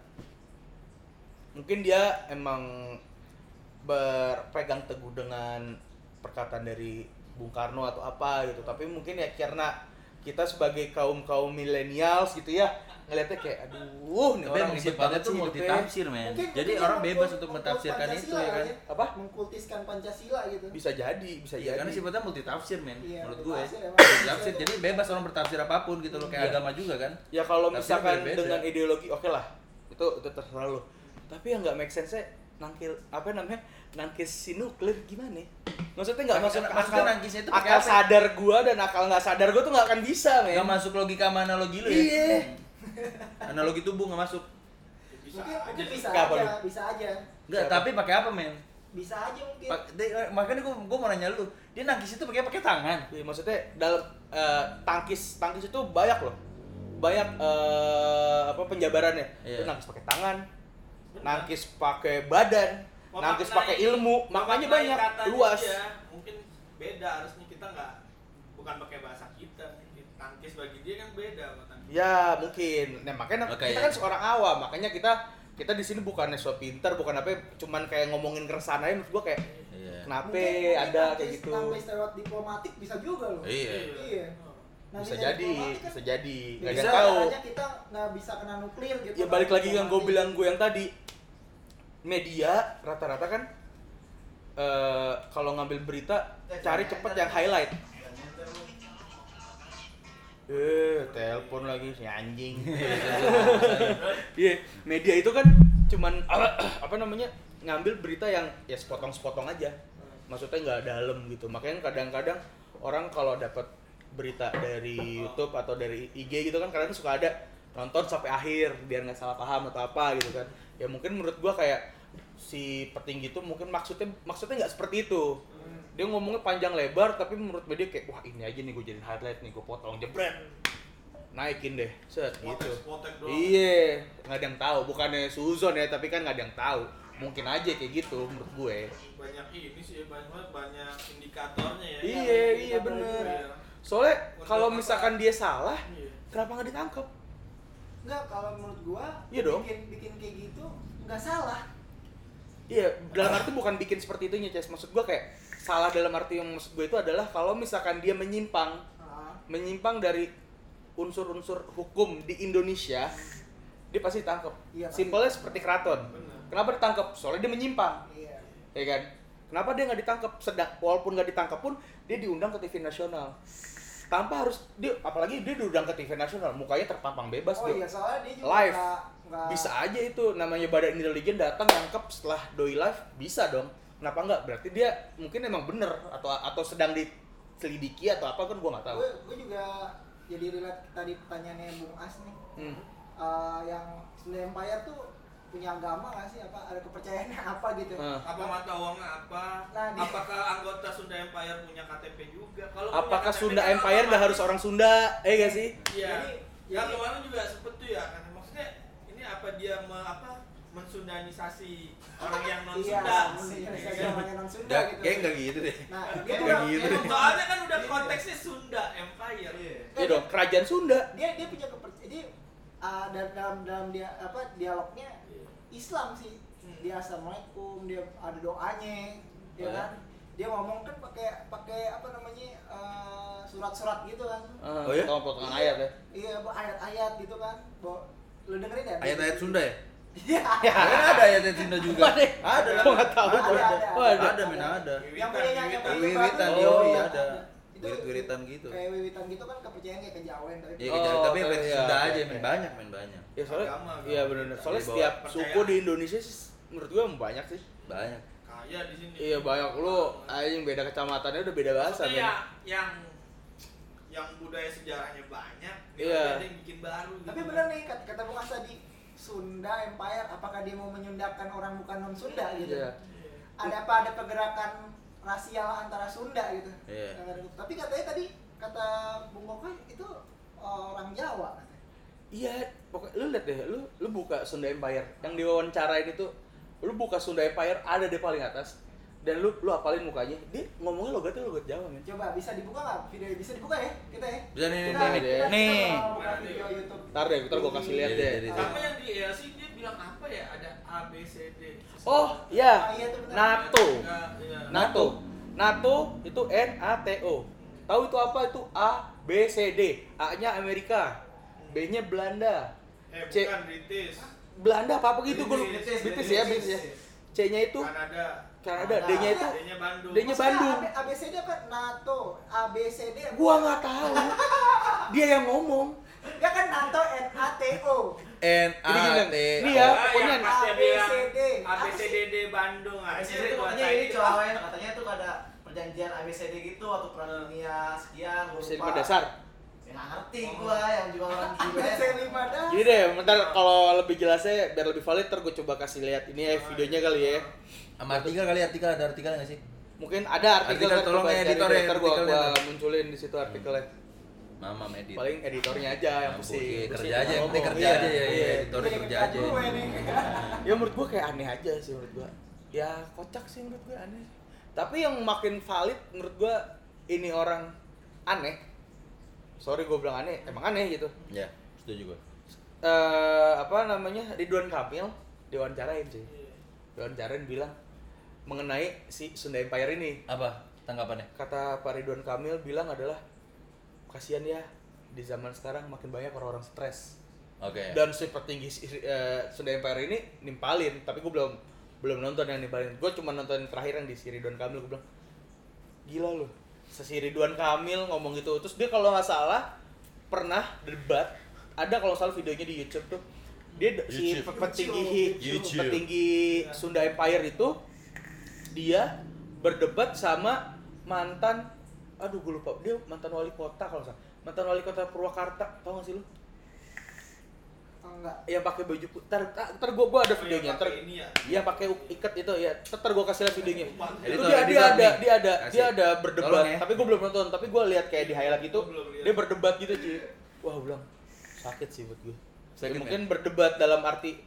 Mungkin dia emang berpegang teguh dengan perkataan dari Bung Karno atau apa gitu. Tapi mungkin ya karena kita sebagai kaum milenials gitu ya ngeliatnya kayak aduh nih Tapi orang emang ribet sifatnya banget tuh sih multi hidupnya. tafsir, men. Mungkin- Jadi mungkin orang dia bebas mengkult- untuk mentafsirkan itu Pancasila ya kan. aja. Apa? Mengkultiskan Pancasila gitu. Bisa jadi Iya, karena sifatnya multi tafsir, men. Iya, Menurut gue. multitafsir emang. Multi tafsir. Jadi bebas orang bertafsir apapun gitu loh, kayak Iya. agama juga kan. ya kalau Tafsir misalkan beda-beda. dengan ideologi oke lah itu terserah lo, tapi yang nggak make sense nangkis si nuklir gimana? Maksudnya nggak masuk Maksudnya akal, nangkisnya itu pakai akal apa? sadar gua dan akal nggak sadar gua tuh nggak akan bisa, men. Enggak masuk logika sama analogi lu ya. Iya. Analogi tubuh enggak masuk. Bisa Mungkin aja sih. bisa Apa aja, lu? bisa aja. Enggak, Siapa? tapi pakai apa, men? Bisa aja mungkin. Makanya gua mau nanya lu, dia nangkis itu pakai tangan. Iya, maksudnya dalam tangkis itu banyak loh, banyak apa penjabarannya. Iya. Itu nangkis pakai tangan, nangkis pakai badan, nangkis pakai ilmu, makanya Memaknai banyak katanya luas. dia, mungkin beda, harusnya kita bukan pakai bahasa kita. Tangkis bagi dia kan beda sama tangkis. Ya mungkin, nah makanya Makanya. kita kan seorang awam, makanya kita di sini bukannya so pinter, bukan apa, cuman kayak ngomongin keresahan aja. Menurut gua kayak Iya. kenapa Mungkin ada kayak nangkis- gitu. nangkis lewat diplomatik bisa juga loh. Iya. Iya. Nanti Bisa dari jadi, diplomatik kan bisa jadi, nggak ada bisa yang tahu. aja kita nggak bisa kena nuklir gitu. Ya balik lagi yang gue bilang gue yang tadi, media rata-rata kan kalau ngambil berita cari cepet yang highlight. Telepon lagi si anjing. Iya, media itu kan cuman apa namanya ngambil berita yang ya sepotong-sepotong aja. Maksudnya nggak dalam gitu. Makanya kadang-kadang orang kalau dapat berita dari YouTube atau dari IG gitu kan kadang suka ada nonton sampai akhir biar nggak salah paham atau apa gitu kan. Ya mungkin menurut gua kayak si petinggi itu mungkin maksudnya nggak seperti itu. Dia ngomongnya panjang lebar tapi menurut media kayak wah ini aja nih gue jadiin highlight nih, gue potong jebret, naikin deh set gitu. Spotek doang. Iya, nggak ada yang tahu, bukannya suzon ya, tapi kan nggak ada yang tahu, mungkin aja kayak gitu menurut gue. Banyak ini sih, banyak indikatornya ya. Iya bener. Iya. Soalnya Untuk kalau apa? misalkan dia salah, Iya. kenapa nggak ditangkap? Enggak, kalau menurut gua Iya dong. bikin kayak gitu nggak salah. Iya, dalam arti bukan bikin seperti itunya, Ces. Maksud gue kayak salah dalam arti yang maksud gue itu adalah kalau misalkan dia menyimpang dari unsur-unsur hukum di Indonesia, dia pasti ditangkap. Iya, pasti. Simpelnya seperti keraton. Bener. Kenapa ditangkap? Soalnya dia menyimpang, Iya. ya kan? Kenapa dia nggak ditangkap? Walaupun nggak ditangkap pun dia diundang ke TV nasional. Tanpa harus dia, apalagi dia diundang ke TV nasional, mukanya terpampang bebas Oh tuh. iya, soalnya dia juga Live. nggak- Bisa aja itu namanya Badan Intelijen datang nangkep setelah doi live, bisa dong. Kenapa enggak? Berarti dia mungkin emang bener atau sedang diselidiki atau apa kan gua nggak tahu. Gue juga jadi relate tadi pertanyaannya Bung As nih. Yang Sunda Empire tuh punya agama nggak sih? Apa ada kepercayaannya apa gitu? Apa mata uangnya apa? Nah, Apakah anggota Sunda Empire punya KTP juga. Kalau Apakah punya KTP Sunda kan Empire nggak harus otomatis- orang Sunda? Gak sih? Iya. Jadi- Ya kemarin juga sempet tuh ya kan. Maksudnya ini apa dia mensundanisasi orang yang non Iya, Sunda. mensundanisasi orang yang non Sunda Nggak, gitu. kayak nggak gitu deh. Nah, dia Kayak udah gitu. Soalnya kan udah konteksnya Sunda Empire. Iya dong, kerajaan Sunda. dia punya kepercayaan. Jadi dalam dia dialognya Islam sih. Dia assalamualaikum, dia ada doanya, ya Oh, ya? kan? Dia ngomong kan pakai apa namanya surat-surat gitu kan? Oh ya? Potongan ayat ya. Iya, ayat-ayat gitu kan? Lu dengerin ya? Ayat-ayat Sunda ya? Iya. Kan ada ayat-ayat Sunda juga. Ada lah. Gua nggak tahu. Ada. Oh, ada. Ada, men ada. Yang punya Wiwitan, Batu, yoi, iya. ada. Itu Wirit-wiritan gitu. Kayak wiwitan gitu kan kepercayaan kayak kejawen tapi Iya, Oh, tapi versi iya, Sunda oke, aja, oke. men banyak. Ya soalnya, Agama. iya benar. Soalnya Jadi setiap bawa suku percayaan. di Indonesia sih menurut gua banyak sih. Banyak. Kaya di sini. Iya banyak lu, anjing beda kecamatannya udah beda bahasa Maksudnya men. yang budaya sejarahnya banyak, Iya. ada yang bikin baru. tapi gitu. benar nih kata Bung Mas tadi Sunda Empire apakah dia mau menyundakan orang bukan non Sunda gitu? Iya. Ada pergerakan rasial antara Sunda gitu? Iya. Tapi katanya tadi kata Bung Kokai itu orang Jawa katanya. Iya, pokoknya lu lihat deh, lu buka Sunda Empire yang diwawancarain itu, lu buka Sunda Empire ada di paling atas dan lu apalin mukanya, dia ngomongnya logat Jawa men. Coba bisa dibuka nggak video? Bisa dibuka ya kita ya? Bisa nih, Kita nih. kalau buka video YouTube. Ntar gua kasih lihat deh. Jadi, Sama yang di ELC dia bilang apa ya? Ada A B C D. Oh iya, Ah, iya tuh benar. NATO. Iya. NATO itu NATO. Tahu itu apa? Itu A B C D. A-nya Amerika, B-nya Belanda, C Bukan British. Belanda apa gitu gue lupa. British, British ya. C-nya itu Kanada, D-nya itu D-nya Bandung. D-nya Bandung. ABCD apa? NATO, ABCD. Gua nggak tahu. Dia yang ngomong. Ya kan NATO NATO. NAT. Ini ya, Ah, pokoknya yang pas dia bilang ABCD. ABCD Bandung aja. ABCD itu katanya ini cowoknya katanya tuh ada perjanjian ABCD gitu waktu perang dunia sekian gua bisa lupa. dasar. Ya nggak ngerti gua yang juga orang gila. ABCD pada. Gini deh, bentar kalau lebih jelasnya biar lebih valid ntar gue coba kasih lihat ini ya videonya kali ya. Sama artikel kali, ada artikel nggak sih? Mungkin ada artikel Artikel, ntar tolong coba ya, cari editor deh, ya, ntar gua artikelnya ntar. munculin di situ artikelnya. Mama edit. Paling editornya aja yang Nah, pusing. oke, Pusing kerja aja, yang ngomong. penting kerja Iya, aja ya, iya. editornya kerja aja. Ya menurut gua kayak aneh aja sih menurut gua. Ya kocak sih menurut gua aneh. Tapi yang makin valid menurut gua ini orang aneh. Sorry gua bilang aneh, emang aneh gitu. Ya, setuju gue. Apa namanya? Ridwan Kamil diwawancarain sih. Iya. Diwawancarain bilang mengenai si Sunda Empire ini. Apa tanggapannya? Kata Pak Ridwan Kamil bilang adalah kasihan ya di zaman sekarang makin banyak orang-orang stres. Oke. Dan si petinggi Sunda Empire ini nimpalin, tapi gue belum nonton yang nimpalin. Gue cuma nonton yang terakhir yang di si Ridwan Kamil. Gue bilang gila loh, si Ridwan Kamil ngomong gitu. Terus dia kalau nggak salah pernah debat, ada kalau salah videonya di YouTube tuh. Dia si YouTube. petinggi Sunda Empire itu dia berdebat sama mantan, aduh gue lupa, dia mantan wali kota kalau salah, mantan wali kota Purwakarta, tau gak sih lu? Enggak. Yang pakai baju putih, ntar gue ada videonya, ntar Pakai ini ya. iya pakai ikat itu ya, ntar gue kasih lihat videonya. Itu Editor, dia editor nih. ada berdebat, Tolong ya. tapi gue belum nonton, tapi gue lihat kayak di highlight gitu, Gua belum lihat. dia berdebat gitu Ci. Wah gue bilang sakit sih buat gue. Sakit, Mungkin berdebat dalam arti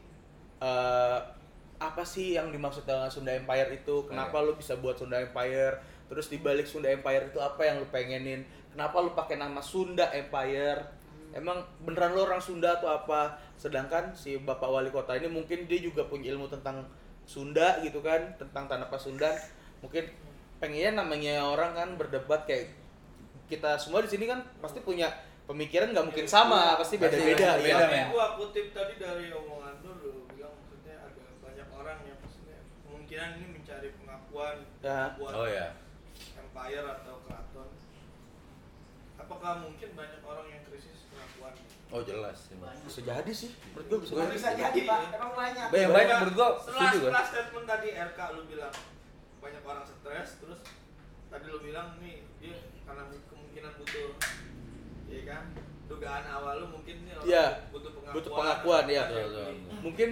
apa sih yang dimaksud dengan Sunda Empire itu? Kenapa lu bisa buat Sunda Empire? Terus di balik Sunda Empire itu apa yang lu pengenin? Kenapa lu pakai nama Sunda Empire? Emang beneran lu orang Sunda atau apa? Sedangkan si Bapak Wali Kota ini mungkin dia juga punya ilmu tentang Sunda gitu kan, tentang tanah Pasundan. Mungkin pengennya namanya orang kan berdebat kayak kita semua di sini kan pasti punya pemikiran nggak mungkin sama, pasti beda-beda pasti ya. beda, men. Gua kutip tadi dari omongan lu bilang maksudnya ada banyak orang yang maksudnya kemungkinan ini mencari pengakuan Ya. buat Oh ya. empire atau keraton. Apakah mungkin banyak orang yang krisis pengakuan? Oh jelas. Bisa jadi sih, menurut gue bisa jadi. Bisa jadi Pak, emang banyak. Yang banyak menurut gua Setelah setuju kan. statement tadi RK lu bilang banyak orang stres, terus tadi lu bilang nih dia karena kemungkinan butuh, ya kan? Dugaan awal lu mungkin nih orang Iya, butuh pengakuan. butuh pengakuan, iya. Ada yang Betul, beli. betul. Mungkin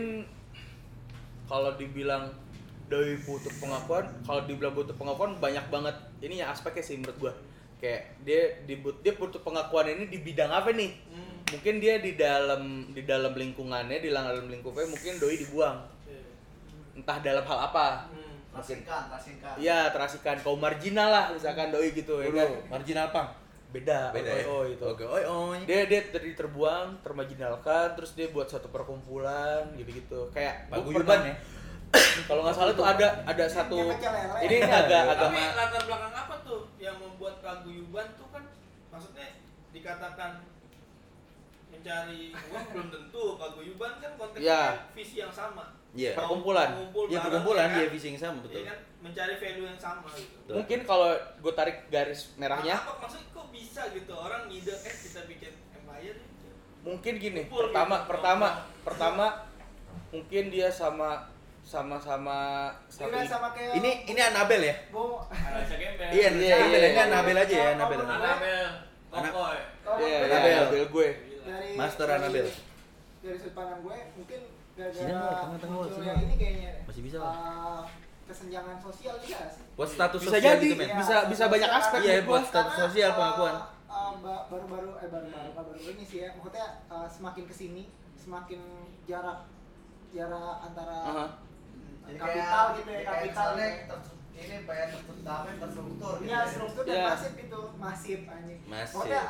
kalau dibilang dari butuh pengakuan, kalau dibilang butuh pengakuan banyak banget ini ya aspeknya sih menurut gua. Kayak dia butuh pengakuan ini di bidang apa nih? Mungkin dia di dalam lingkungannya, di dalam lingkupnya mungkin doi dibuang. Entah dalam hal apa. Mungkin terasingkan. Iya, terasingkan kaum marginal lah misalkan doi gitu ya kan. Marginal punk. Beda ya. itu. Oke, oi. Dia tadi terbuang, termarginalkan, terus dia buat satu perkumpulan gitu-gitu. Kayak Paguyuban ya. Kalau nggak salah tuh ada satu Yang pecel lele. ini agak Tapi latar belakang apa tuh yang membuat paguyuban tuh kan maksudnya dikatakan mencari uang belum tentu. Paguyuban kan konteksnya visi yang sama. Iya. Perkumpulan. Iya, perkumpulan dia visi yang sama, betul. Iya kan mencari value yang sama gitu. Mungkin kalau gue tarik garis merahnya, Apa maksudnya kok bisa gitu orang ngide kita bikin empire gitu. mungkin gini. Kumpul Pertama mungkin dia sama-sama Kira sama kayak Ini Anabel ya? Bo Analisa gembel. Iya, ini Anabel aja ya, Anabel. Anabel. Kokoy. Iya, Anabel. Anabel gue. dari Master dari- Anabel. Dari sudut pandang gue mungkin Sini, gara-gara tengah-tengah, munculnya sini. ini kayaknya Masih bisa lah. kesenjangan sosial juga sih. Buat status Bisa sosial jadi. gitu, men. Bisa banyak aspek Iya, menurut buat gua. status sosial pengakuan. Baru-baru ini sih ya, maksudnya semakin kesini semakin jarak antara Jadi kapital kayak gitu ya, kayak kapital misalnya gitu. ini bayar terstruktur gitu. Iya, struktur dan Iya. masif anjing. Masif. Maksudnya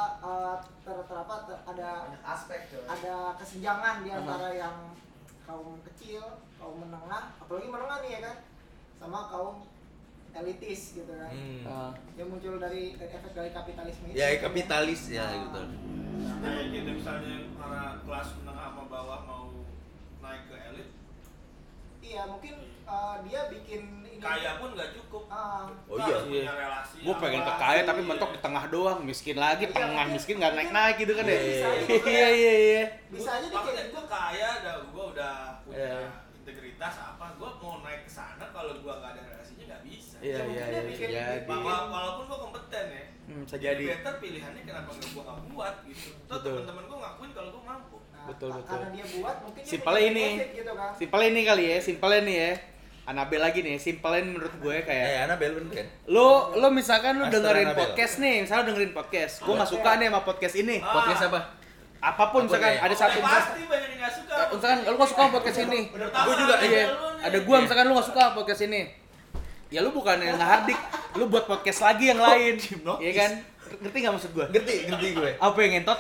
ada Banyak aspek tuh. ada kesenjangan di antara yang kaum kecil, kaum menengah, apalagi menengah nih ya kan, sama kaum elitis gitu kan. Yang muncul dari efek dari kapitalisme itu. Ya, kapitalis ya gitu. Kayak gitu misalnya para kelas menengah sama bawah mau naik ke elit, Iya, mungkin dia bikin ini. kaya pun nggak cukup. Oh Lu iya. harus punya relasi. Gue pengen apa. ke kaya tapi mentok di tengah doang, miskin lagi, Iya, tengah mungkin- miskin nggak naik gitu kan ya. Bisa aja. Iya. Bisa aja nih Maksudnya kayak gue kaya, gue udah punya Iya. integritas apa, gue mau naik ke sana kalau gue nggak ada relasinya nggak bisa. Iya, mungkin dia bikin- jadi. Walaupun gue kompeten ya. Bisa jadi. Better pilihannya kenapa gue nggak buat gitu. Terus Betul. teman-teman gue ngakuin kalau gue mampu. Betul. Karena dia buat mungkin dia Simpelnya punya ini. benefit gitu kan. Simpelnya ini kali ya, simpelnya nih ya. Anabel lagi nih, simpelnya menurut gue kayak Anabel bener kan? lo misalkan lo Master dengerin Anabel. podcast nih, misalnya dengerin podcast, gue nggak suka nih sama podcast ini. Podcast apa? Apapun Apa misalkan kayak? ada satu Pasti banyak yang nggak suka. misalkan lo nggak suka sama podcast ini, Gue juga, iya. Ada gue Iya. misalkan lo nggak suka sama podcast ini, ya lo bukan yang ngehardik, lo buat podcast lagi yang lain, iya kan? Ngerti nggak maksud gue? Ngerti gue. Apa yang ngentot?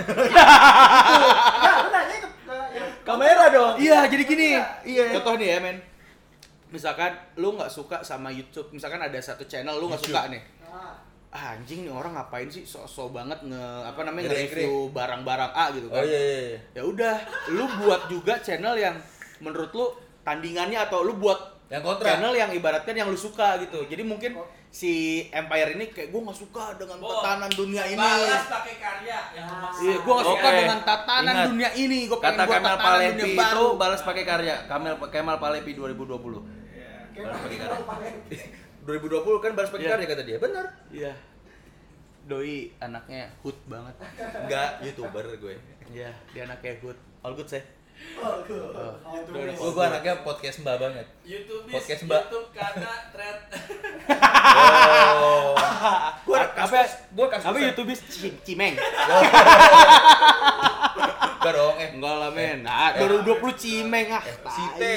Ya, lu nanya ke yang Kamera dong. Iya, jadi gini. Iya. Contoh nih ya, men. Misalkan lu nggak suka sama YouTube, misalkan ada satu channel lu nggak suka nih. Anjing nih orang ngapain sih sok-sok banget nge-review barang-barang A gitu kan. Oh iya. Ya udah, lu buat juga channel yang menurut lu tandingannya atau lu buat Yang kontra. channel yang ibaratkan yang lu suka gitu. Jadi mungkin si Empire ini kayak gue nggak suka dengan tatanan dunia ini. Balas pakai karya yang memaksa. Iya, gue nggak suka Oke. dengan tatanan Ingat. dunia ini. Gue pengen Kata buat Kemal tatanan Palevi dunia itu baru. balas pakai karya. Kemal Palevi 2020. kayak Balas pakai karya. 2020 2020 kan balas pakai Iya. karya kata dia. Bener. Iya. Doi anaknya hood banget. Enggak, YouTuber gue. Iya, dia anaknya hood. All good sih. Gue anaknya podcast mbak banget. YouTube Podcast, Mbak. YouTube karena thread. Oh. Gue Apa YouTube Cimeng? Enggak dong, Enggak lah men. Nah, 2020 Cimeng ah. Site.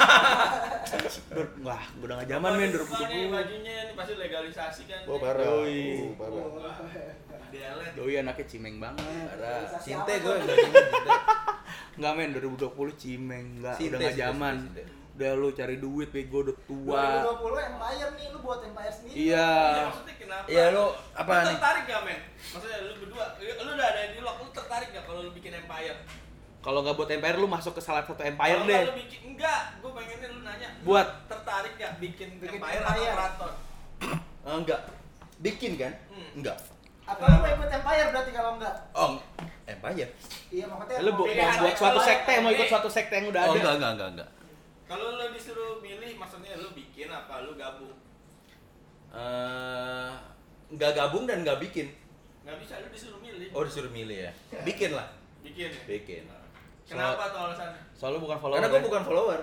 Wah, gue udah gak zaman men Nih 2020. bajunya ini pasti legalisasi kan. Oh, parah. Yoi. Parah. Dielet. Doi anaknya Cimeng banget. Parah. Site Sinte apa gue tuh? enggak Sinte. Enggak men 2020 Cimeng enggak Sinte, udah gak Sinte, zaman. Sinte. Udah lu cari duit bego udah tua. 2020 Empire nih, lu buat Empire sendiri. Iya. Ya, maksudnya kenapa? Iya, lu apa Lu nih? tertarik gak men? Maksudnya lu berdua, lu udah ada di lock, lu tertarik gak kalau lu bikin empire? Kalau nggak buat Empire lu masuk ke salah satu Empire Kalau deh. lu bikin, enggak, gue pengennya lu nanya. Buat. Lu tertarik gak bikin Bikin empire empire. atau keraton? Enggak. Bikin kan? Enggak. Atau lu mau ikut Empire berarti kalau enggak? Oh, Empire. Iya, maksudnya Lu mau Pilihan buat suatu kalau sekte, mau ikut ini. suatu sekte yang udah Oh, ada. enggak. Kalau lu disuruh milih, maksudnya lu bikin apa, lu gabung? Enggak gabung dan enggak bikin. Nggak bisa, lu disuruh milih. Oh, disuruh milih ya. Bikin lah. Bikin ya? Bikin. Kenapa tuh alasannya? Soalnya bukan follower. Karena gue bukan follower.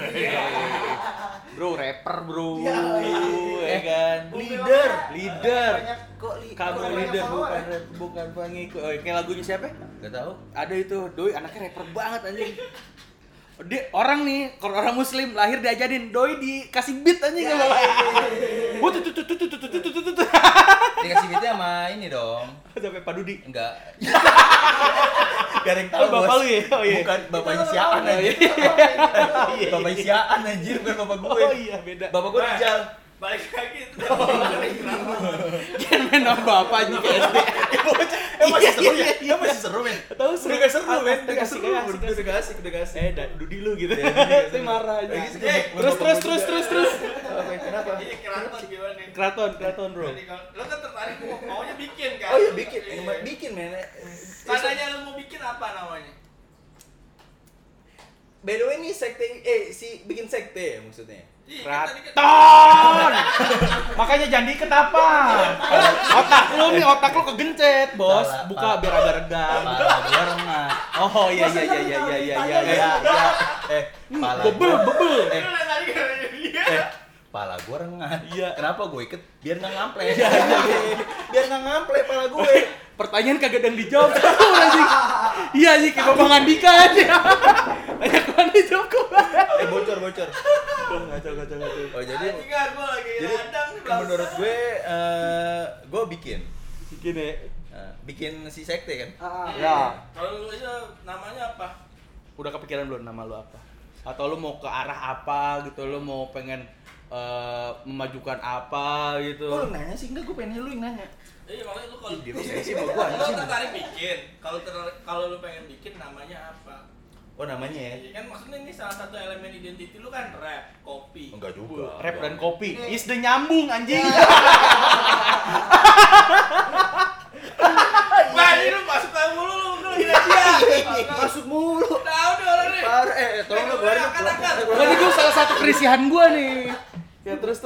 Bro, rapper bro. Iya. Ya kan. Leader. Leader. Banyak Kok Kamu banyak leader follower. bukan pengikut. Oh, kayak lagunya siapa? Gak tahu. Ada itu, doi anaknya rapper banget anjing. Dia orang nih, kalau orang muslim lahir diajarin, doi dikasih beat anjing sama Wah tuh. Dikasih beatnya sama ini dong. Sampai Pak Dudi. Enggak. Gak ada yang tahu, Bapak Bos. lu ya? Oh iya. Bukan bapaknya Siaan anjir. Bapaknya Siaan anjir, bukan bapak gue. Oh iya, beda. Bapak gue Rijal. Balik lagi itu. Jangan main nama bapak anjing kayak SD. Masih seru ya? Iya masih seru, men. Tahu seru. Udah gak seru, men. Udah Udah asik, seru. asik, asik. Udah gak asik. Dudi lu gitu. Ya, Dudi. Saya marah aja. Terus. Kenapa? Iya, keraton gimana nih? Keraton bro. Jadi kalau lo kan tertarik maunya bikin kan? Oh iya bikin. Iya. Bikin, men. Tandanya lo mau bikin apa namanya? By the way, ini sekte, si bikin sekte ya maksudnya? Iya, kan tadi kan- Keraton. Makanya jangan diikat apa? Otak lu kegencet, Bos. Salah, Buka Pak. biar agak regam. Pala gua rengat. Oh iya. Pala Bebel. Lo liat tadi kan dia. Pala gua rengat. Iya. Kenapa gue iket? Biar nggak ngample. Biar nggak ngample pala gue. Pertanyaan kagak ada yang dijawab. Anjing. Iya sih kayak Bang Andika aja. Banyak banget dijawab kok. Bocor. Ngacau. Oh jadi Enggak, gue lagi jadi radang nih, menurut gue bikin Bikin ya. bikin si sekte kan. Ya. Kalau lu aja namanya apa? Udah kepikiran belum nama lu apa? Atau lu mau ke arah apa gitu? Lu mau pengen memajukan apa gitu? Kok lu nanya sih? Enggak, gue pengen lu yang nanya. Iya, makanya lu kalau Ih, dia sih sama gua, lu anjing. tertarik bikin. Kalau lu pengen bikin namanya apa? Oh namanya ya? Iya kan maksudnya ini salah satu elemen identity lu kan rap, kopi. Enggak juga. Rap dan kopi. Is the nyambung anjing. Wah, ini lu masuk tahu mulu lu lagi dia. Masuk mulu. Tahu deh orang nih. Tolong lu keluarin. Angkat. Wah, ini gua salah satu kerisihan gua nih. Ya terus.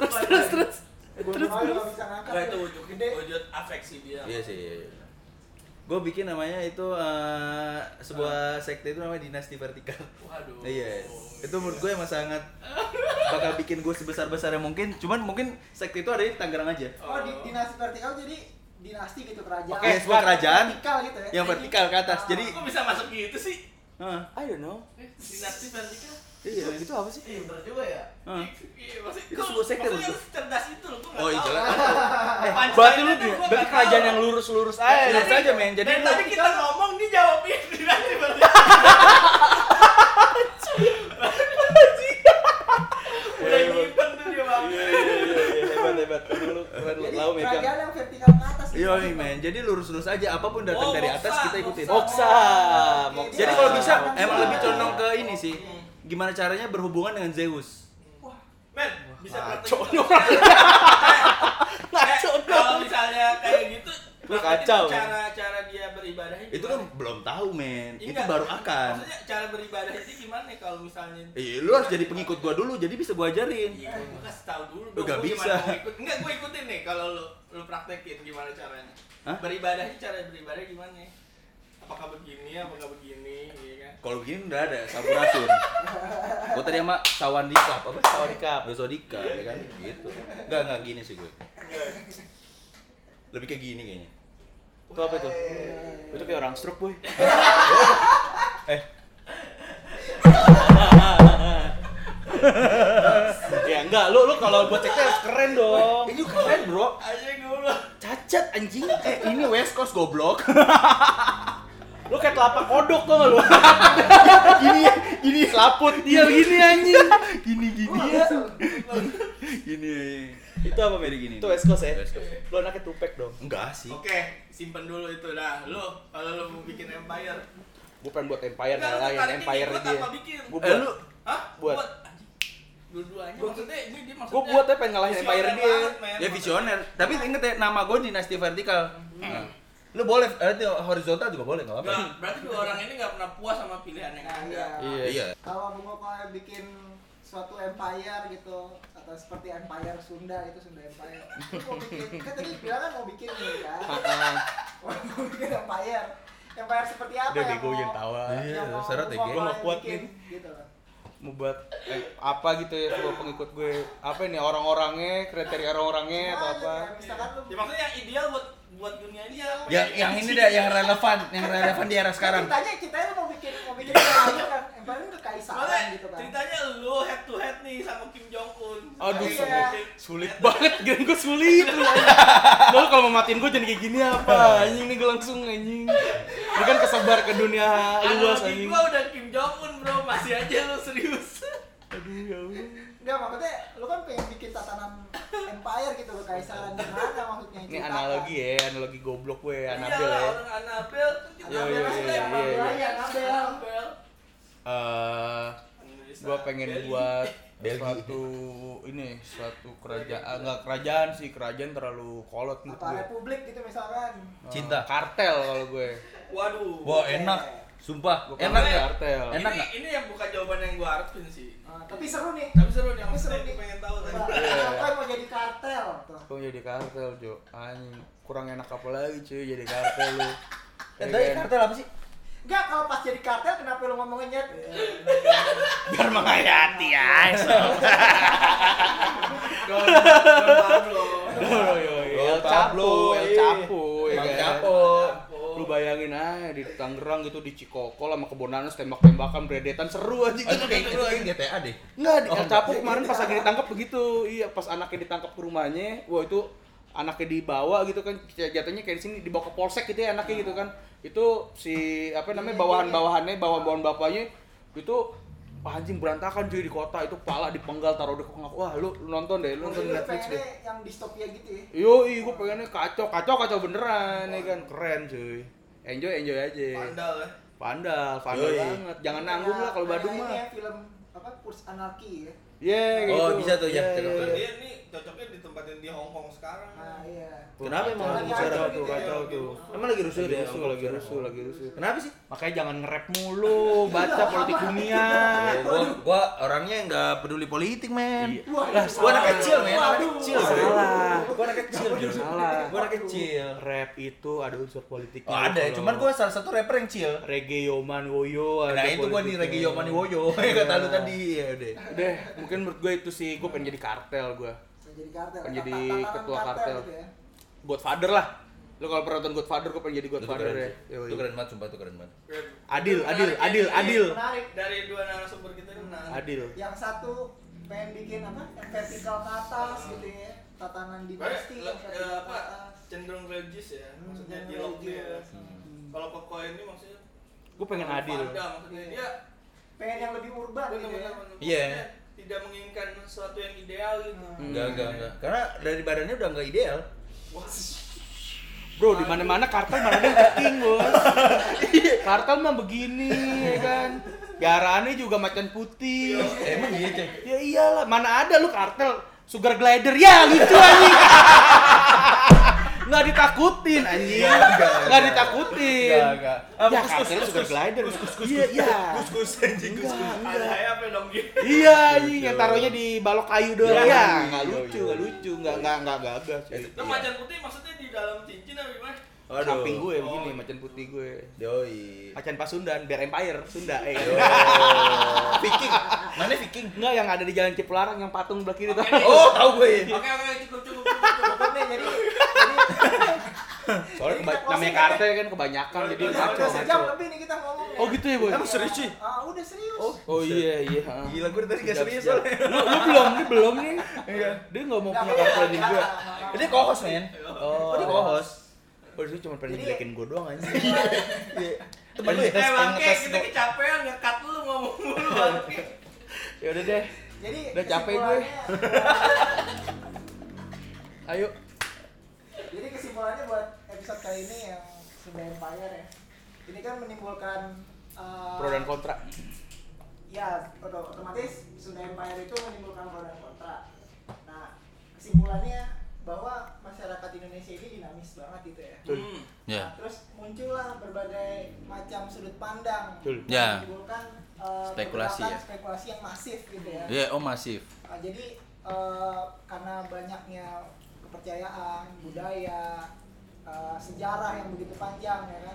Wah, itu wujud afeksi dia. Iya sih. Gue bikin namanya itu sebuah sekte itu namanya Dinasti Vertikal. Waduh. Iya. Itu menurut gue emang sangat bakal bikin gue sebesar-besarnya mungkin. Cuman mungkin sekte itu ada di Tangerang aja. Oh, dinasti vertikal jadi dinasti gitu, kerajaan. Oke, sebuah kerajaan Vertikal gitu ya. yang vertikal ke atas. Jadi Kok bisa masuk gitu sih? I don't know. Dinasti vertikal. iya. Itu apa sih? Iya, bener juga ya. Iya, maksudnya Itu sebuah sekte maksudnya betul. cerdas itu loh, gua nggak Oh iya tahu. jelas. Berarti lu Punchline-nya tuh gua berarti nggak kerajaan tahu. yang lurus Lihat aja. saja men. Jadi Dan lu tadi kita ngomong dia jawabin dinasti vertikal. Udah nyimpen tuh dia bang. Hebat. Lu keren lu. Jadi Lau megang. kerajaan yang vertikal ke atas. gitu. Iya men. Jadi lurus-lurus aja apapun datang Oh, dari moksa, atas kita ikutin. Moksa. Jadi kalau bisa Moksa. emang lebih condong ke ini sih. Gimana caranya berhubungan dengan Zeus? Men, bisa Ngaco praktek nih gitu. orang. Ngaco Kalau misalnya kayak gitu, Lu praktek kacau, itu ya? cara dia beribadahnya Itu kan belum tahu men. Itu Enggak, baru akan. Maksudnya cara beribadah itu gimana kalau misalnya Lu harus jadi pengikut gua dulu jadi bisa gua ajarin. Iya, gua kasih tahu dulu Lu nggak gua bisa. gimana mau ikut. Enggak, gua ikutin nih kalau lu praktekin gimana caranya. Hah? Beribadahnya cara beribadah gimana? Apakah begini, apakah begini, iya kan? Kalau begini udah ada sampurasun. Gua tadi sama Sawandika apa? Sodika, ya kan? Gitu. Enggak gini sih gue. Lebih kayak gini kayaknya. Itu apa itu? Itu kayak orang stroke, boy. Ya enggak, lu kalau buat ceknya harus keren dong. Ini keren, Bro. Aja gua. Cacat anjing. Ini West Coast goblok. Lu kayak telapak kodok tuh lu. Gini selaput. Iya begini anjing. Gini ya. Gini. Itu apa Mary gini? Itu West Coast ya. West Coast. Lu anaknya tupek dong. Enggak sih. Oke, simpen dulu itu dah. Lu kalau lu mau bikin empire. Gua pengen buat empire Enggak, lu lain, tertarik empire ini, gua dia. tanpa bikin. Gua buat. Lu Hah? Buat. Anjing. Dua-duanya maksudnya ini dia maksudnya. Gua buat ya pengen ngalahin empire visioner dia. banget, men. ya visioner. Tapi inget ya nama gue Dinasti Vertikal. Nah, lu boleh horizontal juga boleh enggak apa-apa. Nggak, berarti dua orang ini nggak pernah puas sama pilihan yang ada. Iya. Kalau mau bikin suatu empire gitu atau seperti empire Sunda itu Sunda Empire. Itu mau bikin kan tadi bilang kan mau bikin nih kan. Mau bikin empire. Empire seperti apa Udah yang bego jangan tawa. Iya, mau seret ya, mau Ge. Gua nggak kuat, bikin, Ge. gitu loh. Mau buat apa gitu ya buat pengikut gue. Apa ini orang-orangnya, kriteria orang-orangnya atau Semuanya, apa? kayak misalkan lu Ya maksudnya yang ideal buat dunia ini apa? Yang ini dah yang relevan di era sekarang. Ceritanya lu mau bikin aja kan. Empire itu kekaisaran Soalnya gitu kan. ceritanya lu head to head nih sama Kim Jong Un. Aduh, Iya. sulit banget, kirain gue sulit lu. Lalu kalau mau matiin gue jadi kayak gini apa? Anjing nih gue langsung anjing. Ini kan kesebar ke dunia luas Analogi anjing. gua udah Kim Jong Un bro, masih aja lu serius. Aduh ya Allah. Enggak, maksudnya lu kan pengen bikin tatanan empire gitu kekaisaran gimana maksudnya Ini ceritakan. analogi goblok gue, Anabel Iya, ya. orang Anabel kan kita Iya, Anabel iya, maksudnya iya, Anabel. iya, iya. Anabel. Gue pengen buat suatu kerajaan, enggak kerajaan sih, kerajaan terlalu kolot menurut Apa gue. republik gitu misalkan. Cinta. Kartel kalau gue. Waduh. Wah, enak. Sumpah, Gua enak pengen ya. kartel. Enak ini, nggak? ini yang bukan jawaban yang gua harapin sih. Tapi seru nih. Tapi seru nih, Tapi seru maksudnya nih. gua pengen tahu tadi. Apa yang mau jadi kartel tuh? Kok jadi kartel, Jo? Anjing, kurang enak apa lagi cuy jadi kartel lu. Ya Tadi kan? kartel apa sih? Enggak, kalau pas jadi kartel kenapa lu ngomongin nyet? Biar menghayati ya. Don Pablo. El Chapo, El Chapo, ya Bang kan? Chapo. Lu bayangin aja di Tangerang gitu di Cikokol sama Kebonanas tembak-tembakan bredetan seru aja Oh, gitu itu kayak itu lagi GTA deh. Enggak, di Oh, El Chapo kemarin pas lagi ditangkap begitu. Iya, pas anaknya ditangkap ke rumahnya, wah itu anaknya dibawa gitu kan, jatuhnya kayak di sini dibawa ke polsek gitu ya anaknya gitu kan. Itu si apa namanya bawahan-bawahannya, bawahan bapaknya itu anjing berantakan cuy di kota, itu pala dipenggal taruh di kongkak. Wah, lu nonton deh, lu nonton Lu Netflix deh. pengennya yang distopia gitu ya. Gue pengennya kacau beneran ya kan, keren cuy. Enjoy aja. Pandal ya. Pandal Yoi. banget. Jangan nanggung lah kalau Badung Kayak mah. ini ya, film apa Purs Anarki ya. Iya gitu. Oh, bisa tuh, ya. Iya, Cakep tuh. iya. Dia nih cocoknya ditempatin di Hong Kong sekarang. Nah, iya. Kenapa emang Lagi lagi kacau sekarang tuh, kacau tuh. Emang lagi rusuh deh. Lagi rusuh. Kenapa sih? Makanya jangan nge-rap mulu, baca politik dunia. Gua orangnya nggak peduli politik, men. Iya. Wah, Gua anak kecil, men. Anak Waduh. kecil. Salah. Gua anak kecil, Jur. Salah. Gua anak kecil. Rap itu ada unsur politiknya. Oh, ada, Kalau cuman gua salah satu rapper yang chill. Reggae Yoman Woyo ada Nah, itu gua di politiknya. Reggae Yomani Woyo. Kata lu tadi, ya udah. Udah, mungkin menurut gue itu sih, gue pengen jadi kartel gue. Jadi kartel. Pengen jadi Tatanan ketua kartel. gitu ya. Godfather lah. Lo kalau pernah nonton Godfather, gue pengen jadi Itu Godfather keren ya. sih. Itu keren banget, sumpah itu keren banget. Adil. Menarik. Dari dua narasumber kita ini menarik. Adil. Yang satu pengen bikin apa? Yang vertikal ke atas gitu ya. Tatanan dinasti yang vertikal ke Apa atas. cenderung religius ya, maksudnya Cenderung dialog dia. religius. Kalau Koko ini maksudnya Gue pengen adil. Panda, maksudnya dia Pengen yang lebih urban gitu ya. benar-benar Iya. maksudnya tidak menginginkan sesuatu yang ideal gitu. Enggak. Karena dari badannya udah enggak ideal. Wah, Bro, di mana-mana kartel mana ada yang keking, Bos. Kartel mah begini, ya kan. Garaannya juga macan putih. Emang gitu. Ya iyalah, mana ada lu kartel sugar glider ya gitu anjing. Nggak ditakutin anjing. Nggak ditakutin. Enggak. Ya kartel sugar glider. Iya, iya. Kus anjing kus. ada apa dong gitu. Iya anjing, yang taruhnya di balok kayu doang. Iya, Ya, iya, nggak iya, lucu, iya. nggak lucu, nggak gagah sih. Itu macan putih maksudnya di dalam cincin apa gimana? Aduh. Samping gue Oh. begini, macan putih gue. Yoi. Macan Pasundan, biar Empire, Sunda. Yo. Viking. Mana Viking? Enggak, yang ada di Jalan Cipularang yang patung belah kiri tuh. Oke. Oh, tahu gue. Oke, cukup. Cukup nih, jadi Soalnya Jadi kita namanya closing kartel kan kebanyakan jadi udah ngaco. sejam lebih nih kita ngomong. Oh gitu ya, Boy? Emang serius sih? Udah serius. Oh iya. Gila gue tadi enggak serius Siap. soalnya. Lu belum nih. Iya. Dia enggak mau punya kartel di gua. Dia co-host, men. Oh, Dia co-host. Oh, dia cuma pengen Jadi- jelekin gua doang anjing. Temen lu ya? Bangke, kita kecapean ngekat lu ngomong mulu Bangke. Ya udah deh. Jadi Udah capek gue. kesimpulannya- Ayo. Jadi kesimpulannya buat episode kali ini yang Sunda Empire ya. Ini kan menimbulkan Pro dan kontra. ya otomatis Sunda Empire itu menimbulkan pro dan kontra. Nah, kesimpulannya bahwa masyarakat Indonesia ini dinamis banget gitu ya. Ya. Nah, terus muncullah berbagai macam sudut pandang Betul. Ya. menimbulkan Spekulasi pergerakan ya. spekulasi yang masif gitu ya. Iya, oh masif. Nah, jadi karena banyaknya kepercayaan, budaya, sejarah yang begitu panjang ya kan,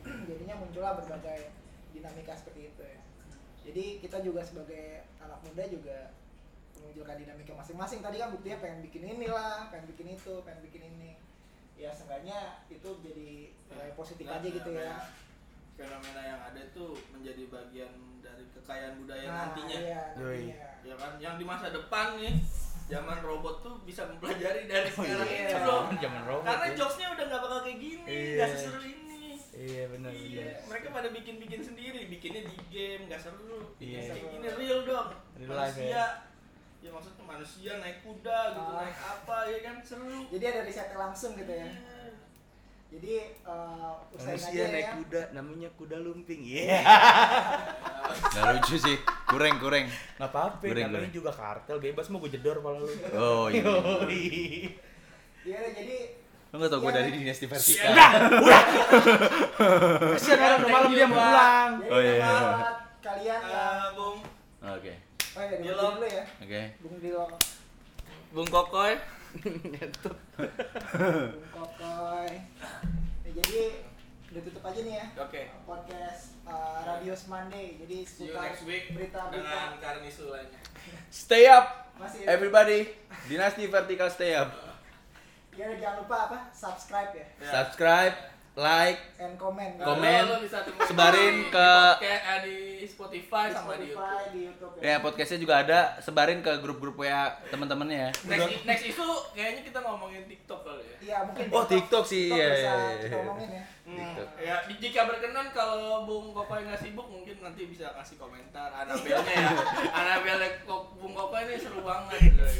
jadinya muncullah berbagai dinamika seperti itu ya. Jadi kita juga sebagai anak muda juga menunjukkan dinamika masing-masing. Tadi kan buktinya pengen bikin inilah, pengen bikin itu, pengen bikin ini. Ya seenggaknya itu jadi positif aja gitu ya. Fenomena yang ada itu menjadi bagian dari kekayaan budaya Nah, nantinya. iya, Yoi. nantinya. Ya kan, yang di masa depan nih, zaman robot tuh bisa mempelajari dari sekarang iya. ini bro. Zaman robot. Karena ya. jokesnya udah nggak bakal kayak gini, Iya. nggak seseru ini. Iya benar. Iya, mereka pada bikin sendiri, bikinnya di game, nggak seru. Bikin Iya. kayak gini real dong. Real life, Manusia, ya maksudnya manusia naik kuda gitu, Ah. naik apa ya kan seru. Jadi ada risetnya langsung gitu ya. Iya. Jadi usahain Manusia aja naik ya. kuda, namanya kuda lumping. Iya. Nggak lucu sih. Kurang. Nggak apa-apa, Goreng, namanya goreng. juga kartel. Bebas mau gue jedor pala lu. Oh iya. Yoi. Iya jadi Lo nggak tau gue Iya. dari dinasti vertikal. Udah. Kasihan orang udah malam dia mau pulang. jadi Oh, iya. buat kalian yang Bung, Oke. oh ya Dilo. dulu ya. Oke. Bung Dilo, Bung Kokoy. Nyentuh. Bung Kokoy. Ya, jadi udah tutup aja nih ya. Oke. Podcast Radius Monday. Jadi See you seputar next week berita-berita dengan Karnisu lainnya. Stay up, masih. everybody. Dinasti vertikal stay up. Ya jangan lupa apa? Subscribe ya. Ya. Subscribe, like, And comment. Nah, Komen, lo bisa temuin sebarin di ke- podcast, di Spotify Di sama di Spotify, YouTube. di YouTube ya podcastnya juga ada. Sebarin ke grup-grup WA teman-temannya ya. Next isu kayaknya kita ngomongin TikTok kali ya. Iya mungkin. Oh, TikTok sih, TikTok iya, bisa iya, iya. kita omongin ya. TikTok. Ya, jika berkenan kalau Bung Kokoy nggak sibuk mungkin nanti bisa kasih komentar Anabelnya ya. Anabelnya Bung Kokoy ini seru banget.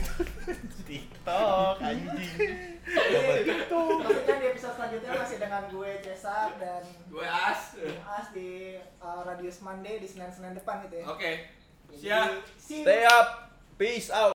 TikTok anjing. Maksudnya di episode selanjutnya masih dengan gue Cesar dan Gue As. Bung As di Radius Monday di Senin depan gitu ya. Oke. Jadi, Siap. see you. Stay up, peace out.